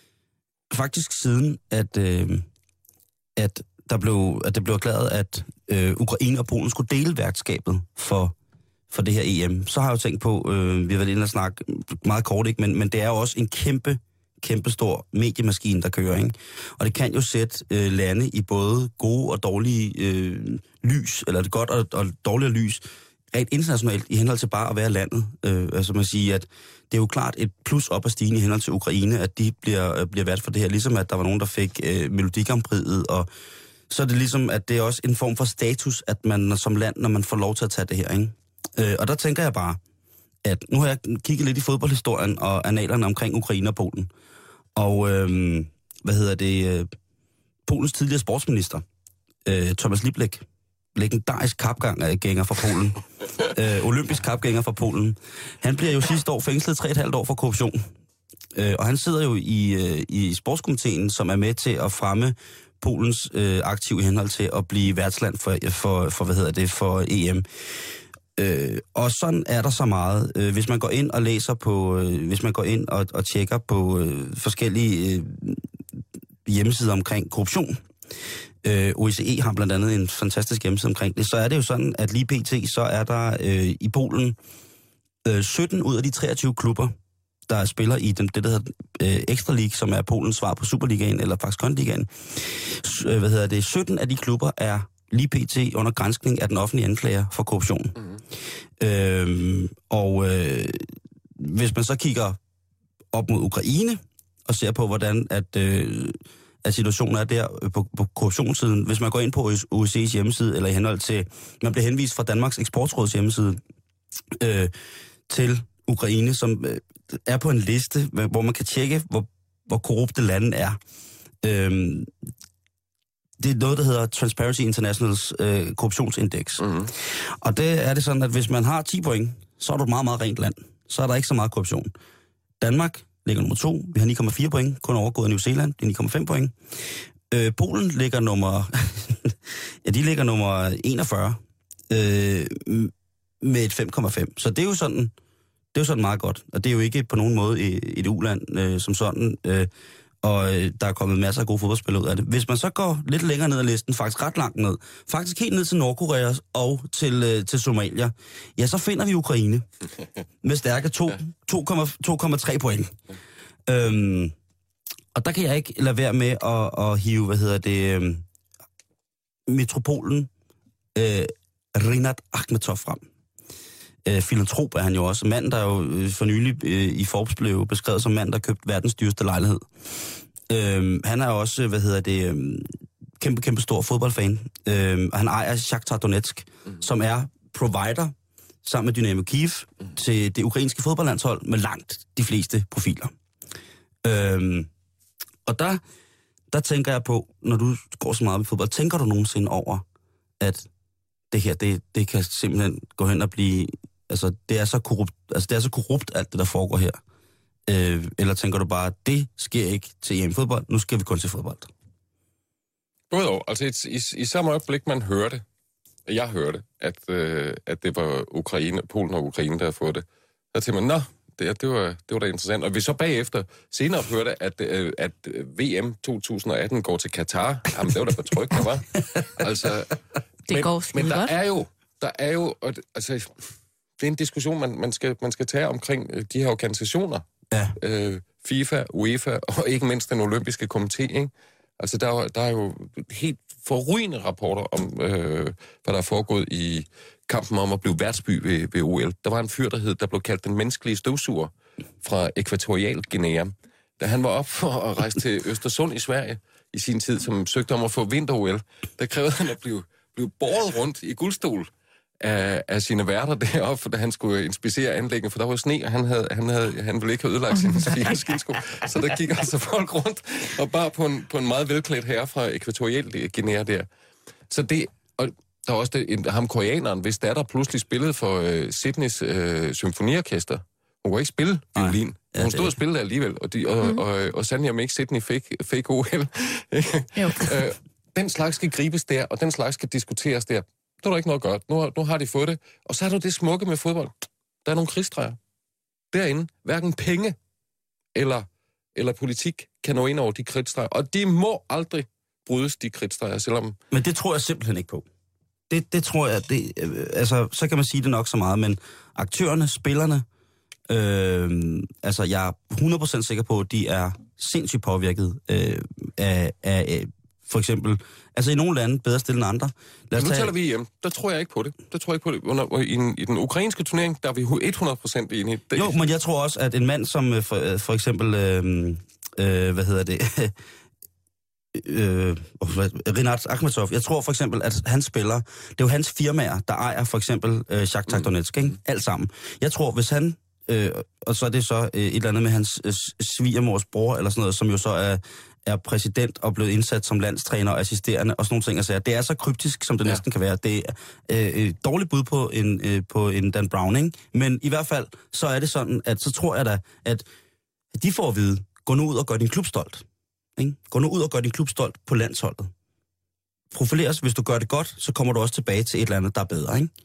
S3: faktisk siden, at, øh, at, der blev, at det blev erklæret, at øh, Ukraine og Polen skulle dele værtskabet for, for det her E M, så har jeg jo tænkt på, øh, vi har været inde og snakke meget kort, ikke? Men, men det er jo også en kæmpe, kæmpe stor mediemaskine, der kører, ikke? Og det kan jo sætte øh, lande i både gode og dårlige øh, lys, eller det godt og, og dårlige lys, rent internationalt i henhold til bare at være landet. Øh, altså man siger, at det er jo klart et plus op at stige i henhold til Ukraine, at de bliver, bliver vært for det her, ligesom at der var nogen, der fik øh, Melodi Grand Prix'et, og så er det ligesom, at det er også en form for status, at man som land, når man får lov til at tage det her, ikke? Øh, og der tænker jeg bare, at nu har jeg kigget lidt i fodboldhistorien og analerne omkring Ukraine og Polen. Og, øh, hvad hedder det, øh, Polens tidligere sportsminister, øh, Thomas Liebleck, legendarisk kapgænger fra Polen, øh, olympisk kapgænger fra Polen, han bliver jo sidste år fængslet tre og et halvt år for korruption. Øh, og han sidder jo i, øh, i sportskomiteen, som er med til at fremme Polens øh, aktiv i henhold til at blive værtsland for, for, for hvad hedder det, for E M. Øh, og sådan er der så meget. Øh, hvis man går ind og læser på, øh, hvis man går ind og, og tjekker på øh, forskellige øh, hjemmesider omkring korruption, øh, O E C E har blandt andet en fantastisk hjemmeside omkring det, så er det jo sådan, at lige pt. Så er der øh, i Polen øh, sytten ud af de treogtyve klubber, der spiller i den, det, der hedder øh, Extra League, som er Polens svar på Superligaen, eller faktisk Konligaen. Øh, hvad hedder det? sytten af de klubber er lige pt. Under granskning af den offentlige anklager for korruption. Mm. Øhm, og øh, hvis man så kigger op mod Ukraine, og ser på, hvordan at, øh, at situationen er der på, på korruptionssiden, hvis man går ind på O E C E's hjemmeside, eller i henhold til, man bliver henvist fra Danmarks Eksportråds hjemmeside, øh, til Ukraine, som øh, er på en liste, hvor man kan tjekke, hvor, hvor korrupte landet er. Øhm, Det er noget, der hedder Transparency Internationals øh, korruptionsindeks. Mm-hmm. Og det er det sådan, at hvis man har ti point, så er du et meget, meget rent land. Så er der ikke så meget korruption. Danmark ligger nummer to. Vi har ni komma fire point, kun overgået af New Zealand. Det er ni komma fem point. Øh, Polen ligger nummer... ja, de ligger nummer enogfyrre. Øh, med et fem komma fem. Så det er jo sådan... Det er jo sådan meget godt. Og det er jo ikke på nogen måde et, et u-land øh, som sådan... Øh, og øh, der er kommet masser af gode fodboldspillere ud af det. Hvis man så går lidt længere ned ad listen, faktisk ret langt ned, faktisk helt ned til Nordkorea og til, øh, til Somalia, ja, så finder vi Ukraine med stærke to komma tre point. Øhm, og der kan jeg ikke lade være med at, at hive, hvad hedder det, øh, metropolen øh, Rinat Akhmetov frem. Øh, filantrop er han jo også. Mand, der jo øh, for nylig øh, i Forbes blev beskrevet som mand, der købte verdens dyreste lejlighed. Øh, han er også, hvad hedder det, øh, kæmpe, kæmpe stor fodboldfan. Øh, og han ejer Shakhtar Donetsk, mm. som er provider sammen med Dynamo Kyiv mm. til det ukrainske fodboldlandshold med langt de fleste profiler. Øh, og der, der tænker jeg på, når du går så meget med fodbold, tænker du nogensinde over, at det her, det, det kan simpelthen gå hen og blive, altså det er så korrupt, altså det er så korrupt alt det, der foregår her. Øh, eller tænker du bare, det sker ikke til E M-fodbold, nu skal vi kun til fodbold?
S4: Både og. Altså i, i, i samme øjeblik, man hørte, jeg hørte, at, øh, at det var Ukraine, Polen og Ukraine, der havde fået det, så tænkte man, nå, det, det, var, det var da interessant. Og vi så bagefter senere hørte, at, øh, at V M to tusind og atten går til Katar. Jamen, det var da betryggende, var. Altså,
S2: det
S4: men,
S2: går
S4: men der
S2: godt.
S4: er jo, der er jo, altså, det er en diskussion, man, man, skal, man skal tage omkring de her organisationer.
S3: Ja.
S4: Øh, FIFA, UEFA og ikke mindst den olympiske komité, ikke? Altså, der er, der er jo helt forrygende rapporter om, øh, hvad der er foregået i kampen om at blive værtsby ved, ved O L. Der var en fyr, der hed, der blev kaldt den menneskelige støvsuger fra Ækvatorial Guinea. Da han var op for at rejse til Østersund i Sverige i sin tid, som søgte om at få vinter-O L, der krævede han at blive, blive båret rundt i guldstol af, af sine værter deroppe, da han skulle inspicere anlægget, for der var sne, og han, havde, han, havde, han ville ikke have ødelagt sine fine skisko. Så der gik altså folk rundt, og bare på en, på en meget velklædt herre fra Ækvatorial Guinea der. Så det, og der er også det, en, ham koreaneren, hvis datter pludselig spillede for øh, Sydneys øh, symfoniorkester. Hun kunne ikke spille violin. Ja, hun stod og spillede alligevel, og, de, og, mm. og, og, og sandelig om ikke Sydney fake, fake O L. øh, den slags skal gribes der, og den slags skal diskuteres der. Der er der ikke noget godt. Nu, nu har de fået det. Og så er der det smukke med fodbold. Der er nogle krigsstreger. Derinde, hverken penge eller, eller politik kan nå ind over de krigsstreger. Og de må aldrig brydes, de krigsstreger, selvom... Men
S3: det tror jeg simpelthen ikke på. Det, det tror jeg... Det, altså, så kan man sige det nok så meget, men aktørerne, spillerne... Øh, altså, jeg er hundrede procent sikker på, at de er sindssygt påvirket øh, af... af for eksempel, altså i nogle lande bedre stillet end andre.
S4: Lad os nu tage... taler vi hjem. Der tror jeg ikke på det. Der tror jeg ikke på det. Under, i, den, I den ukrainske turnering, der er vi hundrede procent enige. Det...
S3: Jo, men jeg tror også, at en mand som for, for eksempel, øh, øh, hvad hedder det, øh, Rinat Akhmetov, jeg tror for eksempel, at han spiller, det er jo hans firmaer, der ejer for eksempel øh, Shakhtar Donetsk, ikke? Alt sammen. Jeg tror, hvis han, øh, og så er det så øh, et eller andet med hans øh, svigermors bror, eller sådan noget, som jo så er er præsident og blevet indsat som landstræner og assisterende og sådan nogle ting. Altså, det er så kryptisk, som det ja. næsten kan være. Det er øh, et dårligt bud på en, øh, på en Dan Browning, men i hvert fald, så er det sådan, at så tror jeg da, at de får at vide, gå nu ud og gør din klub stolt. Ikke? Gå nu ud og gør din klub stolt på landsholdet. Profileres, hvis du gør det godt, så kommer du også tilbage til et eller andet, der er bedre, ikke?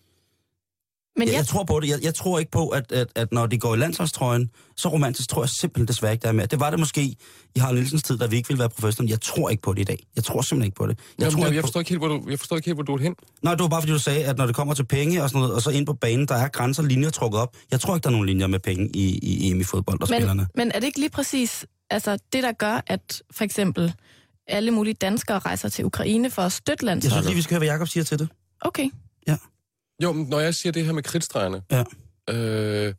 S3: Men jeg, jeg tror på det. Jeg, jeg tror ikke på, at, at, at når de går i landsholdstrøjen, så romantisk tror jeg simpelthen desværre ikke, der er mere. Det var det måske i Harald Nielsens tid, da vi ikke ville være professionelle. Jeg tror ikke på det i dag. Jeg tror simpelthen ikke på det. Jeg,
S4: Jamen,
S3: tror
S4: jeg,
S3: ikke
S4: jeg,
S3: på...
S4: forstår ikke helt, hvor du, jeg forstår ikke helt, hvor du er hen.
S3: Nej, det var bare fordi, du sagde, at når det kommer til penge og sådan noget, og så ind på banen, der er grænser, linjer trukket op. Jeg tror ikke, der er nogen linjer med penge i, i E M i fodbold og
S2: men,
S3: spillerne.
S2: Men er det ikke lige præcis altså, det, der gør, at for eksempel alle mulige danskere rejser til Ukraine for at støtte landsholdet?
S3: Jeg synes lige, vi skal høre, hvad Jacob siger til det.
S2: Okay.
S3: Ja.
S4: Jo, når jeg siger det her med kridtstregerne,
S3: ja.
S4: øh,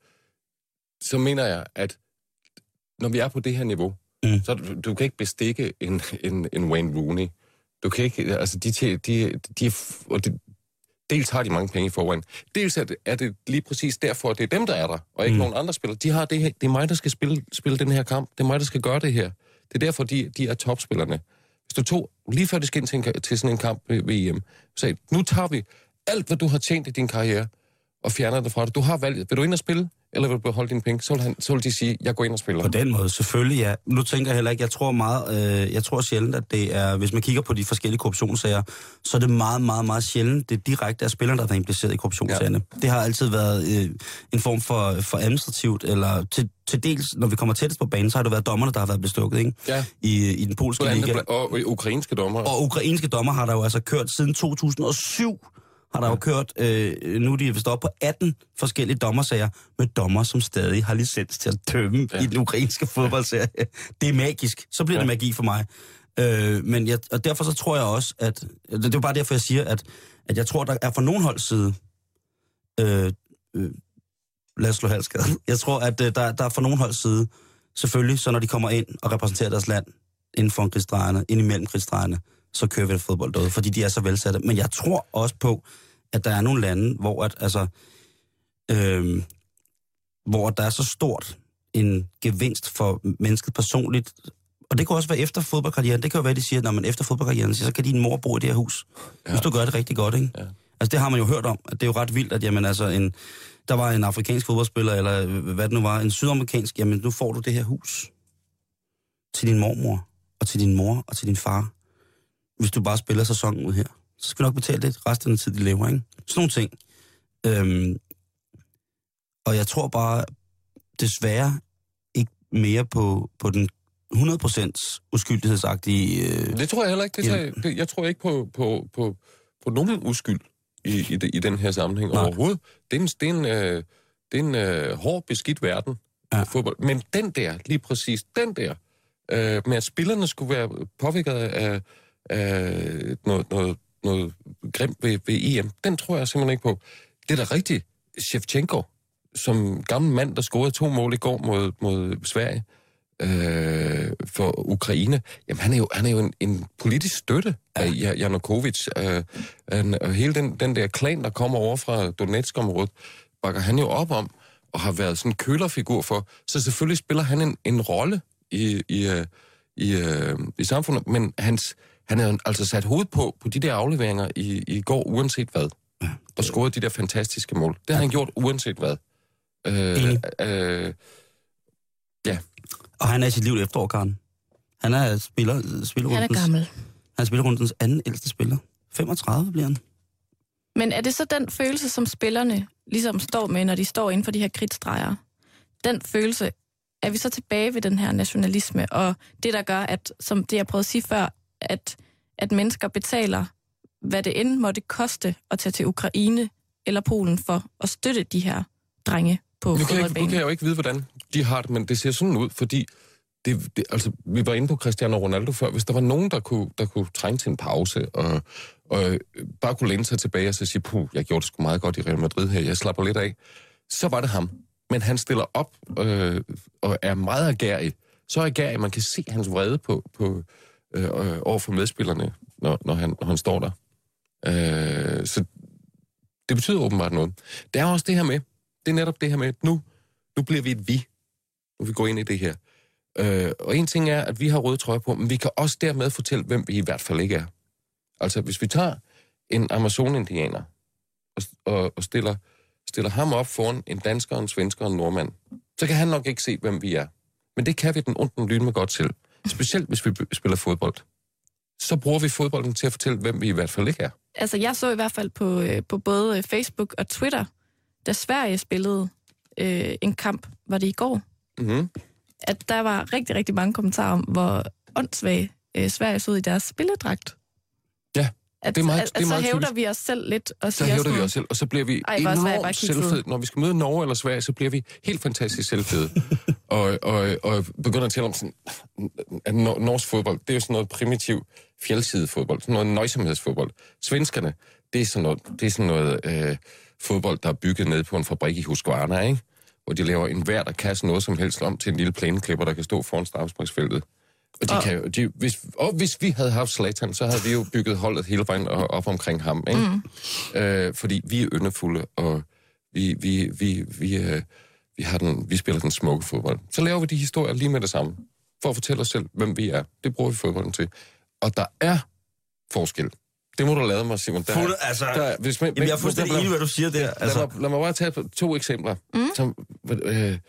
S4: så mener jeg, at når vi er på det her niveau, mm. så du, du kan ikke bestikke en, en, en Wayne Rooney. Du kan ikke, altså de, de, de, de, og de dels har de mange penge i forvejen, dels er det, er det lige præcis derfor, at det er dem, der er der, og ikke mm. nogen andre spillere. De har det her, det er mig, der skal spille, spille den her kamp, det er mig, der skal gøre det her. Det er derfor, de, de er topspillerne. Hvis du tog, lige før det skal ind til, en, til sådan en kamp ved E M, så nu tager vi alt, hvad du har tjent i din karriere, og fjerner det fra dig. Du har valget. Vil du ind og spille, eller vil du beholde dine penge? Så vil, han, så vil de sige, jeg går ind og spiller.
S3: På den måde, selvfølgelig ja. Nu tænker jeg heller ikke, jeg tror meget, øh, jeg tror sjældent, at det er, hvis man kigger på de forskellige korruptionssager, så er det meget, meget, meget sjældent, det direkte er spillerne, der er impliceret i korruptionssagerne. Ja. Det har altid været øh, en form for, for administrativt, eller til, til dels, når vi kommer tættest på banen, så har det været dommerne, der har været bestukket, ikke? Ja. I, i den polske liga.
S4: Og, og ukrainske dommer.
S3: Og ukrainske dommer har der jo altså kørt siden to tusind og syv, har der jo kørt, øh, nu er de vist oppe på atten forskellige dommersager, med dommer, som stadig har licens til at dømme ja. i den ukrainske fodboldserie. Det er magisk. Så bliver ja. det magi for mig. Øh, men jeg, og derfor så tror jeg også, at, det er bare derfor, jeg siger, at, at jeg tror, der er fra nogen holds side, øh, øh, lad os slå halskade. Jeg tror, at uh, der, der er for nogen holds side, selvfølgelig, så når de kommer ind og repræsenterer deres land inden for krigsdrejerne, ind imellem krigsdrejerne, så kører vi et fodbold derude, fordi de er så velsatte. Men jeg tror også på, at der er nogle lande, hvor at, altså, øh, hvor der er så stort en gevinst for mennesket personligt. Og det kan også være efter fodboldkarrieren. Det kan jo være, at de siger, at når man efter fodboldkarrieren, så kan din mor bo i det her hus. Ja. Hvis du gør det rigtig godt, ikke? Ja. Altså det har man jo hørt om. At det er jo ret vildt, at jamen, altså, en, der var en afrikansk fodboldspiller, eller hvad det nu var, en sydamerikansk, jamen nu får du det her hus til din mormor, og til din mor, og til din far. Hvis du bare spiller sæsonen ud her, så skal du nok betale det resten af den tid, de lever, ikke? Sådan nogle ting. Øhm, og jeg tror bare, desværre ikke mere på, på den hundrede procent uskyldighedsagtige... Øh,
S4: det tror jeg heller ikke. Det tager, det, jeg tror ikke på, på, på, på nogen uskyld i, i, i den her sammenhæng Nej. overhovedet. Det er en, det er en, øh, det er en øh, hård, beskidt verden ja. fodbold. Men den der, lige præcis den der, øh, med at spillerne skulle være påvirket af, af noget, noget, noget grimt ved, ved E M, den tror jeg simpelthen ikke på. Det er da rigtigt. Shevchenko, som gammel mand, der scorede to mål i går mod, mod Sverige, Øh, for Ukraine, jamen han er jo, han er jo en, en politisk støtte af Janukovic. Øh, en, og hele den, den der klan, der kommer over fra Donetsk-området, bakker han jo op om, og har været sådan en kølerfigur for. Så selvfølgelig spiller han en, en rolle i, i, i, i, i samfundet, men hans, han er jo altså sat hovedet på, på de der afleveringer i, i går, uanset hvad. Og scoret de der fantastiske mål. Det har han gjort, uanset hvad. Øh, øh, ja.
S3: Og han er i sit liv efterår, Karen. Han er spiller, spiller
S2: han er
S3: rundens,
S2: gammel.
S3: Han spiller rundens anden ældste spiller. femogtredive bliver han.
S2: Men er det så den følelse, som spillerne ligesom står med, når de står inden for de her kridtstreger? Den følelse, er vi så tilbage ved den her nationalisme, og det, der gør, at, som det jeg prøvede at sige før, at, at mennesker betaler, hvad det end måtte koste at tage til Ukraine eller Polen for at støtte de her drenge på fodboldbanen.
S4: Nu kan jeg jo ikke vide, hvordan de har det, men det ser sådan ud, fordi det, det, altså, vi var inde på Cristiano Ronaldo før. Hvis der var nogen, der kunne, der kunne trænge til en pause, og, og bare kunne læne sig tilbage og så sige, puh, jeg gjorde det sgu meget godt i Real Madrid her, jeg slapper lidt af, så var det ham. Men han stiller op øh, og er meget agerig. Så agerig, man kan se hans vrede på, på, øh, over for medspillerne, når, når, han, når han står der. Øh, så det betyder åbenbart noget. Det er også det her med, det er netop det her med, at nu, nu bliver vi et vi. Nu vi går ind i det her. Øh, og en ting er, at vi har røde trøjer på, men vi kan også dermed fortælle, hvem vi i hvert fald ikke er. Altså, hvis vi tager en Amazon-indianer og, og, og stiller, stiller ham op foran en dansker, en svensker og en nordmand, så kan han nok ikke se, hvem vi er. Men det kan vi den ondt lyne med godt til. Specielt hvis vi spiller fodbold. Så bruger vi fodbolden til at fortælle, hvem vi i hvert fald ikke er.
S2: Altså, jeg så i hvert fald på, på både Facebook og Twitter, da Sverige spillede øh, en kamp, var det i går,
S4: mm-hmm.
S2: at der var rigtig, rigtig mange kommentarer om, hvor åndssvage øh, Sverige så ud i deres spilledragt.
S4: Ja,
S2: at,
S4: det er meget,
S2: at,
S4: det er meget
S2: så hævder
S4: tydeligt.
S2: vi os selv lidt. Og
S4: så hævder vi os selv, og så bliver vi Ej, enormt selvfede. Når vi skal møde Norge eller Sverige, så bliver vi helt fantastisk selvfede. og, og, og begynder at tale om sådan, at norsk fodbold, det er jo sådan noget primitiv fjeldsidefodbold, sådan noget nøjsomhedsfodbold. Svenskerne, det er sådan noget, det er sådan noget øh, fodbold, der er bygget ned på en fabrik i Husqvarna, ikke? Hvor de laver en hver, der kaster noget som helst om til en lille plæneklipper, der kan stå foran straffesparksfeltet. Og, de og... Kan, de, hvis, og hvis vi havde haft Zlatan, så havde vi jo bygget holdet hele vejen op omkring ham, ikke? Mm. Øh, fordi vi er yndefulde, og vi, vi, vi, vi, øh, vi, har den, vi spiller den smukke fodbold. Så laver vi de historier lige med det samme, for at fortælle os selv, hvem vi er. Det bruger vi fodbolden til. Og der er forskel. Det må du lade mig, Simon. Der,
S3: Fuld, altså,
S4: der, hvis man,
S3: jamen, jeg er fuldstændig enig, hvad du siger der.
S4: Altså. Lad, mig, lad mig bare tage to eksempler. Mm. Som, øh, øh,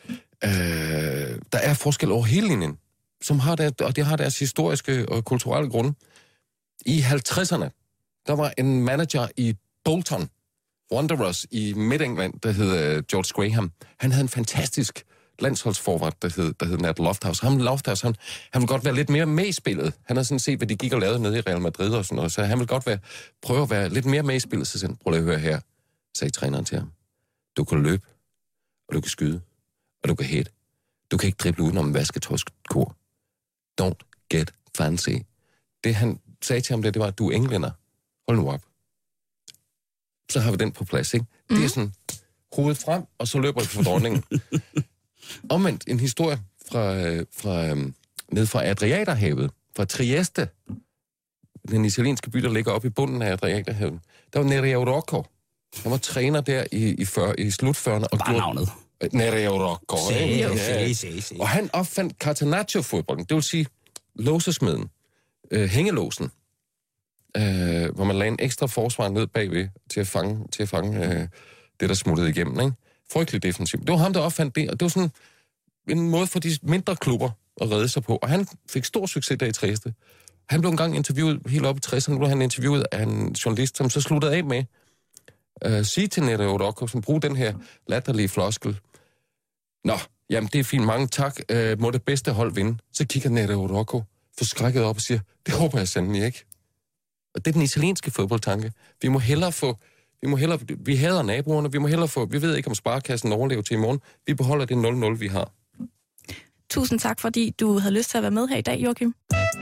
S4: der er forskel over hele linjen, som har der, og det har deres historiske og kulturelle grunde. I halvtredserne, der var en manager i Bolton Wanderers i Midt-England, der hed George Graham. Han havde en fantastisk landsholdsforward, der hed, der hed Nat Lofthouse. Han, Lofthouse, han, han ville godt være lidt mere med i spillet. Han har sådan set, hvad de gik og lavede nede i Real Madrid og sådan noget, så han ville godt være, prøve at være lidt mere med i spillet. Så sådan, prøv lige at høre her, sagde træneren til ham. Du kan løbe, og du kan skyde, og du kan hit. Du kan ikke drible udenom en vasketøjskur. Don't get fancy. Det han sagde til ham, det, det var, at du er englænder. Hold nu op. Så har vi den på plads, ikke? Mm. Det er sådan hovedet frem, og så løber de for dronningen. Omvendt en historie fra, fra, øhm, ned fra Adriaterhavet, fra Trieste, den italienske by, der ligger oppe i bunden af Adriaterhavet. Der var Nereo Rocco. Han var træner der i, i, fyrre, i slut fyrrerne. Og
S3: bare gjorde... navnet.
S4: Nereo Rocco.
S3: Se, se, se, se.
S4: Og han opfandt catenaccio-fodbolden, det vil sige låsesmeden, øh, hængelåsen, øh, hvor man lagde en ekstra forsvar ned bagved til at fange, til at fange øh, det, der smuttede igennem. Ikke? Frygtelig defensivt. Det var ham, der opfandt det, og det var sådan en måde for de mindre klubber at redde sig på. Og han fik stor succes der i Trieste. Han blev engang interviewet, helt op i tresserne, blev han interviewet af en journalist, som så sluttede af med at uh, sige til Nereo Rocco, som bruger den her latterlige floskel. Nå, jamen det er fint, mange tak. Uh, må det bedste hold vinde. Så kigger Nereo Rocco forskrækket op og siger, det håber jeg sandelig ikke. Og det er den italienske fodboldtanke. Vi må hellere få, vi må hellere, vi hader naboerne, vi må hellere få, vi ved ikke om sparekassen overlever til i morgen. Vi beholder det nul nul, vi har.
S2: Tusind tak, fordi du havde lyst til at være med her i dag, Joachim.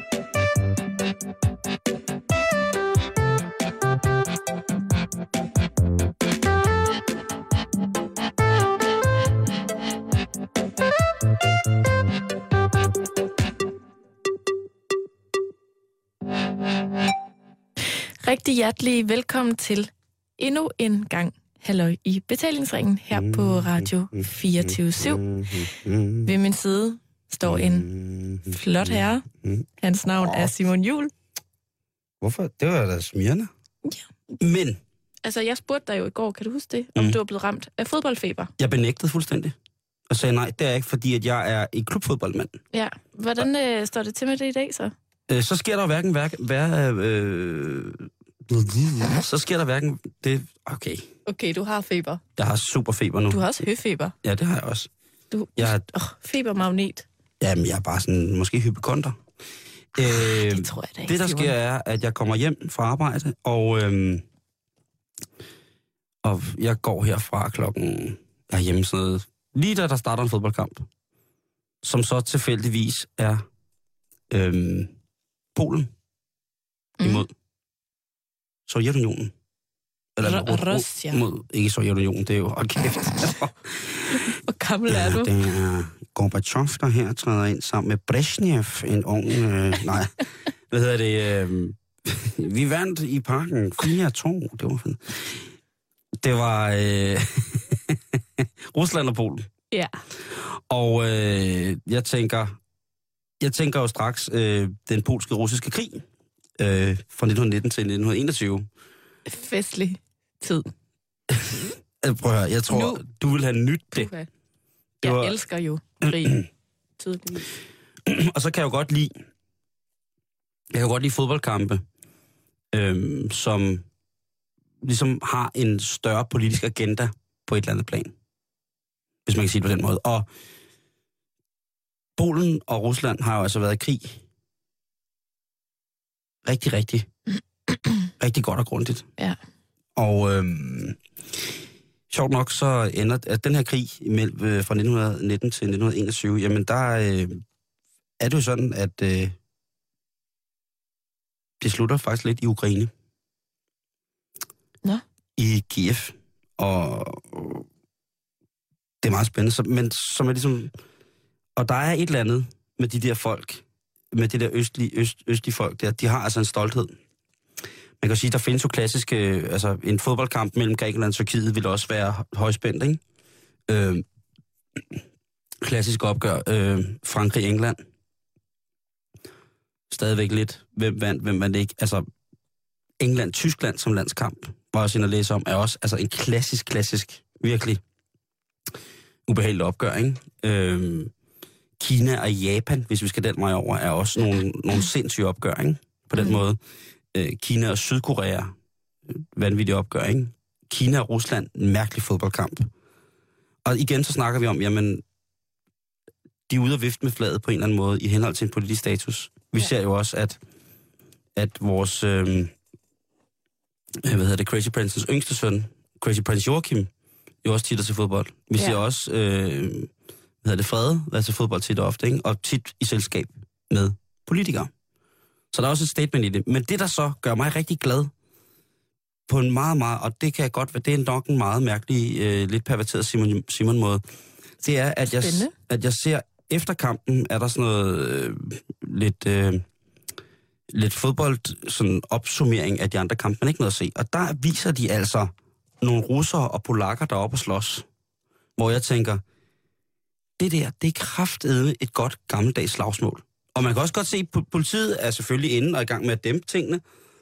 S2: Rigtig hjertelig velkommen til endnu en gang halløj i Betalingsringen her på Radio fireogtyve syv. Ved min side står en flot herre. Hans navn er Simon Juhl.
S3: Hvorfor? Det var da smirrende.
S2: Ja.
S3: Men...
S2: Altså, jeg spurgte dig jo i går, kan du huske det, om mm. du var blevet ramt af fodboldfeber?
S3: Jeg benægtede fuldstændig. Og sagde nej, det er ikke, fordi at jeg er en klubfodboldmand.
S2: Ja. Hvordan øh, står det til med det i dag, så?
S3: Øh, så sker der hverken... hverken hver, øh, så sker der hverken... Det, okay.
S2: Okay, du har feber.
S3: Jeg har super feber nu.
S2: Du har også høfeber.
S3: Ja, det har jeg også.
S2: Du,
S3: jeg har,
S2: åh, febermagnet.
S3: Jamen, jeg er bare sådan, måske hypokonter. Øh,
S2: det tror jeg da ikke.
S3: Det, der sker, er, at jeg kommer hjem fra arbejde, og, øhm, og jeg går herfra klokken... Jeg er hjemme sådan noget, lige da der starter en fodboldkamp, som så tilfældigvis er øhm, Polen mm. imod Sovjetunionen. Eller
S2: R- Russia.
S3: Mod, ikke Sovjetunionen, det er jo... Hold kæft.
S2: Hvor gammel er du?
S3: Ja, det er Gorbachev, der her træder ind sammen med Brezhnev, en ung... Øh, nej, hvad hedder det? Øh, vi vandt i parken fire to. Det var fint. Det var øh, Rusland og Polen.
S2: Ja.
S3: Og øh, jeg tænker... Jeg tænker jo straks øh, den polske-russiske krig øh, fra nitten nitten til nitten enogtyve.
S2: Festlig tid.
S3: Prøv at høre, jeg tror, nu, du vil have nyt det.
S2: Okay. Jeg var... elsker jo krig. Tydeligvis.
S3: Og så kan jeg jo godt lide, jeg kan jo godt lide fodboldkampe, øhm, som ligesom har en større politisk agenda på et eller andet plan. Hvis man kan sige det på den måde. Og Polen og Rusland har jo altså været i krig. Rigtig, rigtig, rigtig godt og grundigt.
S2: Ja.
S3: Og øhm, sjovt nok så ender at den her krig imellem, øh, fra nitten nitten til nitten enogtyve, jamen der øh, er det jo sådan, at øh, det slutter faktisk lidt i Ukraine.
S2: Nå.
S3: I Kiev. Og det er meget spændende. Så, men som er ligesom... Og der er et eller andet med de der folk, med de der østlige, øst, østlige folk der, de har altså en stolthed. Man kan sige, der findes jo klassiske, altså en fodboldkamp mellem Grækenland og Tyrkiet vil også være højspændt, ikke? Øh, klassisk opgør, øh, Frankrig-England. Stadigvæk lidt, hvem vandt, hvem vandt ikke. Altså, England-Tyskland som landskamp, var også en at læse om, er også altså en klassisk, klassisk, virkelig ubehagelig opgør, ikke? Øh, Kina og Japan, hvis vi skal den vej over, er også nogle, nogle sindssyge opgør, ikke? På den mm. måde. Øh, Kina og Sydkorea, vanvittige opgør, ikke? Kina og Rusland, en mærkelig fodboldkamp. Og igen så snakker vi om, jamen, de er ude og vifte med flaget på en eller anden måde, i henhold til en politisk status. Vi ja. ser jo også, at, at vores, øh, hvad hedder det, Crazy Princens yngste søn, Crazy Prince Joachim, jo også titter til fodbold. Vi ja. ser også, øh, hvad hedder det, Frede, være til fodbold tit og ofte, ikke? Og tit i selskab med politikere. Så der er også et statement i det. Men det, der så gør mig rigtig glad på en meget, meget, og det kan jeg godt være, det er nok en meget mærkelig, øh, lidt perverteret Simon, Simon måde. Det er, at jeg, at jeg ser, efter kampen er der sådan noget øh, lidt, øh, lidt fodbold, sådan opsummering af de andre kampe, man ikke noget at se. Og der viser de altså nogle russere og polakker deroppe og slås, hvor jeg tænker, det der, det er kraftedeme et godt gammeldags slagsmål. Og man kan også godt se, at politiet er selvfølgelig inde og i gang med at dæmpe tingene.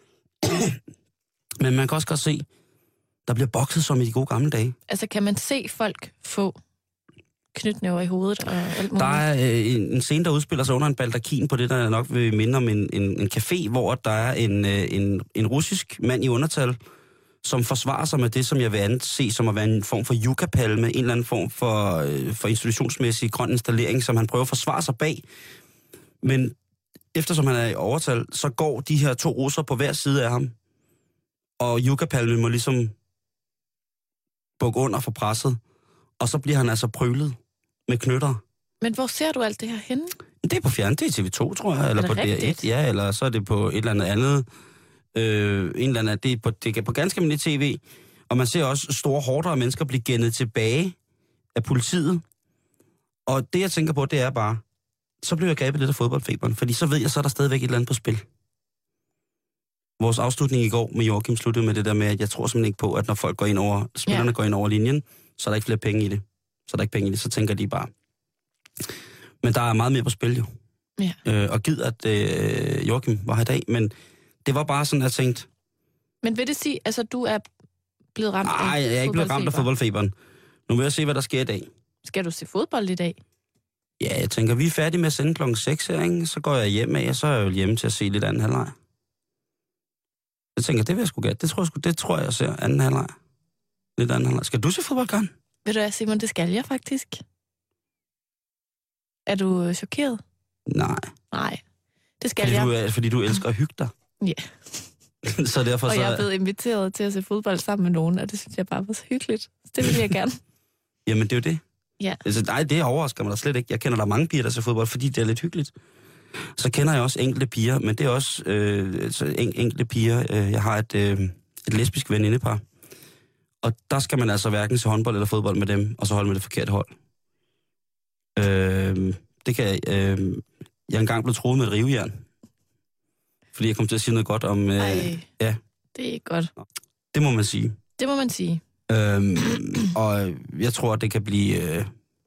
S3: Men man kan også godt se, der bliver bokset som i de gode gamle dage.
S2: Altså, kan man se folk få knytnæver i hovedet og alt muligt?
S3: Der er øh, en, en scene, der udspiller sig under en baldakin på det, der nok vil minde om en, en, en café, hvor der er en, øh, en, en russisk mand i undertal, som forsvarer sig med det, som jeg vil anse som at være en form for yucca-palme, en eller anden form for, øh, for institutionsmæssig grøn installering, som han prøver at forsvare sig bag. Men eftersom han er i overtal, så går de her to russer på hver side af ham, og yucca-palmen må ligesom bukke under for presset, og så bliver han altså prølet med knytter. Men
S2: hvor ser du alt det her henne?
S3: Det er på fjern, det er T V to, tror jeg, eller på D R et, ja, eller så er det på et eller andet andet. Øh, en eller anden, det er på, det er på ganske almindelig tv, og man ser også store hårdere mennesker blive gennet tilbage af politiet. Og det, jeg tænker på, det er bare, så bliver jeg grebet lidt af fodboldfeberen, fordi så ved jeg, så er der stadigvæk et eller andet på spil. Vores afslutning i går med Joachim sluttede med det der med, at jeg tror simpelthen ikke på, at når folk går ind over, spillerne ja. går ind over linjen, så er der ikke flere penge i det. Så er der ikke penge i det, så tænker de bare. Men der er meget mere på spil jo. Ja. Øh, og gid, at øh, Joachim var her i dag, men det var bare sådan, at jeg tænkte...
S2: Men vil det sige, altså du er blevet ramt af
S3: Nej, jeg er ikke blevet ramt af fodboldfeberen. Nu vil jeg se, hvad der sker i dag.
S2: Skal du se fodbold i dag?
S3: Ja, jeg tænker, vi er færdige med at sende klokken seks her, ikke? Så går jeg hjem af, og så er jeg jo hjemme til at se lidt anden halvleg. Jeg tænker, det vil jeg sgu gætte. Det tror jeg, sgu, det tror jeg, jeg ser anden halvleg. Lidt anden halvleg. Skal du se fodbold, Karen?
S2: Ved du hvad, Simon, det skal jeg faktisk. Er du chokeret?
S3: Nej.
S2: Nej, det skal
S3: fordi
S2: jeg.
S3: Du er, fordi du elsker at hygge dig.
S2: Ja.
S3: så derfor
S2: og
S3: så...
S2: jeg er blevet inviteret til at se fodbold sammen med nogen, og det synes jeg bare var så hyggeligt. Det vil jeg gerne.
S3: Jamen, det er jo det.
S2: Ja.
S3: Altså, nej, det overrasker mig da slet ikke. Jeg kender der mange piger, der ser fodbold, fordi det er lidt hyggeligt. Så kender jeg også enkelte piger, men det er også øh, altså, en, enkelte piger. Øh, jeg har et, øh, et lesbisk venindepar, og der skal man altså hverken se håndbold eller fodbold med dem, og så holde med det forkerte hold. Øh, det kan jeg... Øh, jeg er engang blevet troet med et rivejern, fordi jeg kom til at sige noget godt om... Øh,
S2: Ej,
S3: ja.
S2: Det er ikke godt.
S3: Det må man sige.
S2: Det må man sige.
S3: Øhm, og jeg tror, at det kan blive... Øh,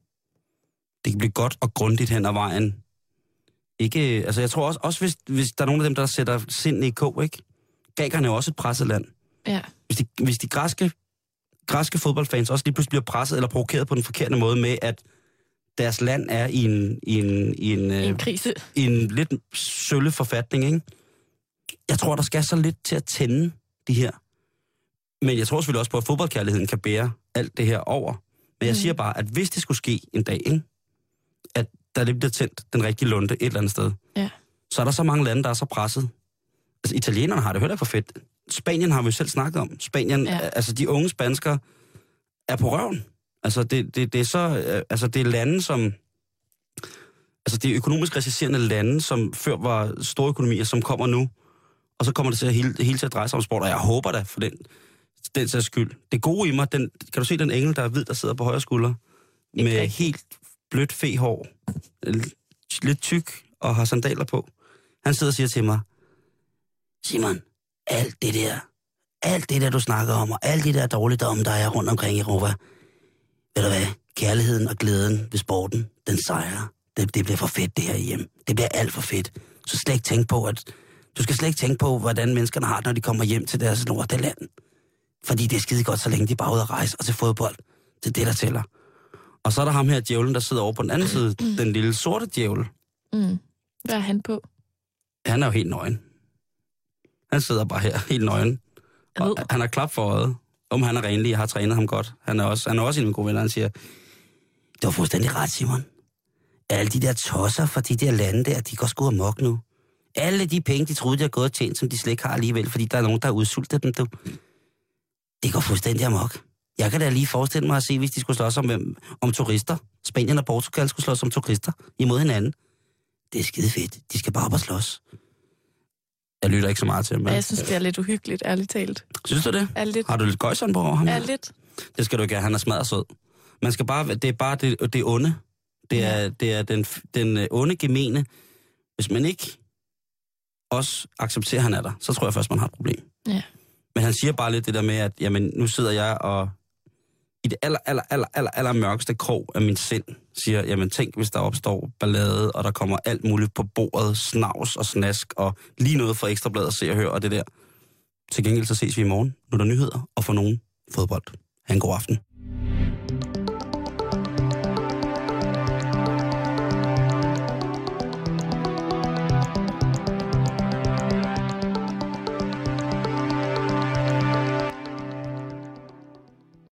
S3: det kan blive godt og grundigt hen ad vejen. Ikke, altså jeg tror også, også hvis, hvis der er nogen af dem, der sætter sind i kog, ikke? Grækerne er jo også et presset land.
S2: Ja.
S3: Hvis de, hvis de græske, græske fodboldfans også lige pludselig bliver presset eller provokeret på den forkerte måde med, at deres land er i en... I en, i en,
S2: en krise.
S3: I en lidt sølle forfatning, ikke? Jeg tror, der skal så lidt til at tænde de her. Men jeg tror selvfølgelig også på, at fodboldkærligheden kan bære alt det her over. Men jeg mm. siger bare, at hvis det skulle ske en dag, ikke? At der lidt bliver tændt den rigtige lunde et eller andet sted,
S2: ja.
S3: så er der så mange lande, der er så presset. Altså, italienerne har det heller ikke for fedt. Spanien har vi jo selv snakket om. Spanien, ja. altså de unge spanskere, er på røven. Altså, det, det, det er så... Altså, det er lande, som... Altså, det er økonomisk resisterende lande, som før var store økonomier, som kommer nu. Og så kommer det til at hele, hele til at dreje sig om sport, og jeg håber da for den, den sags skyld. Det gode i mig, den, kan du se den engel, der er hvid, der sidder på højre skulder? Ikke med rigtig. Helt blødt fehår, lidt tyk og har sandaler på. Han sidder og siger til mig, Simon, alt det der, alt det der, du snakker om, og alt det der dårligdom, der er rundt omkring i Europa, ved du hvad, kærligheden og glæden ved sporten, den sejrer. Det, det bliver for fedt, det her hjem. Det bliver alt for fedt. Så slet ikke tænke på, at du skal slet ikke tænke på, hvordan menneskerne har det, når de kommer hjem til deres lorteland. Fordi det er skide godt, så længe de bare er ude at rejse og til fodbold. Det er det, der tæller. Og så er der ham her, djævlen, der sidder over på den anden side. Mm. Den lille sorte djævel.
S2: Mm. Hvad er han på?
S3: Han er jo helt nøgen. Han sidder bare her, helt nøgen. Og han har klap for øjet. Om han er renlig, jeg har trænet ham godt. Han er også, han er også en af mine gode venner, han siger, det var fuldstændig ret, Simon. Alle de der tosser fra de der lande der, de går sgu amok nu. Alle de penge, de troede, de har gået og tjent, som de slet ikke har alligevel, fordi der er nogen, der har udsultet dem. Du. Det går fuldstændig amok. Jeg kan da lige forestille mig at se, hvis de skulle slås om, om turister. Spanien og Portugal skulle slås om turister imod hinanden. Det er skide fedt. De skal bare op og slås. Jeg lytter ikke så meget til ham.
S2: Ja, jeg synes, det er lidt uhyggeligt, ærligt talt.
S3: Synes du det?
S2: Er lidt.
S3: Har du lidt gøjseren på over ham?
S2: Ja, lidt.
S3: Det skal du ikke have. Han er smadret sød. Man skal bare, det er bare det, det onde. Det er, ja. det er den, den onde gemene. Hvis man ikke også accepterer, at han er der, så tror jeg først, man har et problem.
S2: Ja.
S3: Men han siger bare lidt det der med, at jamen, nu sidder jeg og i det aller, aller, aller, aller, aller mørkeste krog af min sind, siger, jamen tænk, hvis der opstår ballade, og der kommer alt muligt på bordet, snavs og snask, og lige noget for Ekstrabladet at se og høre, og det der. Til gengæld så ses vi i morgen, nu er der nyheder, og for nogen fodbold. Ha' en god aften.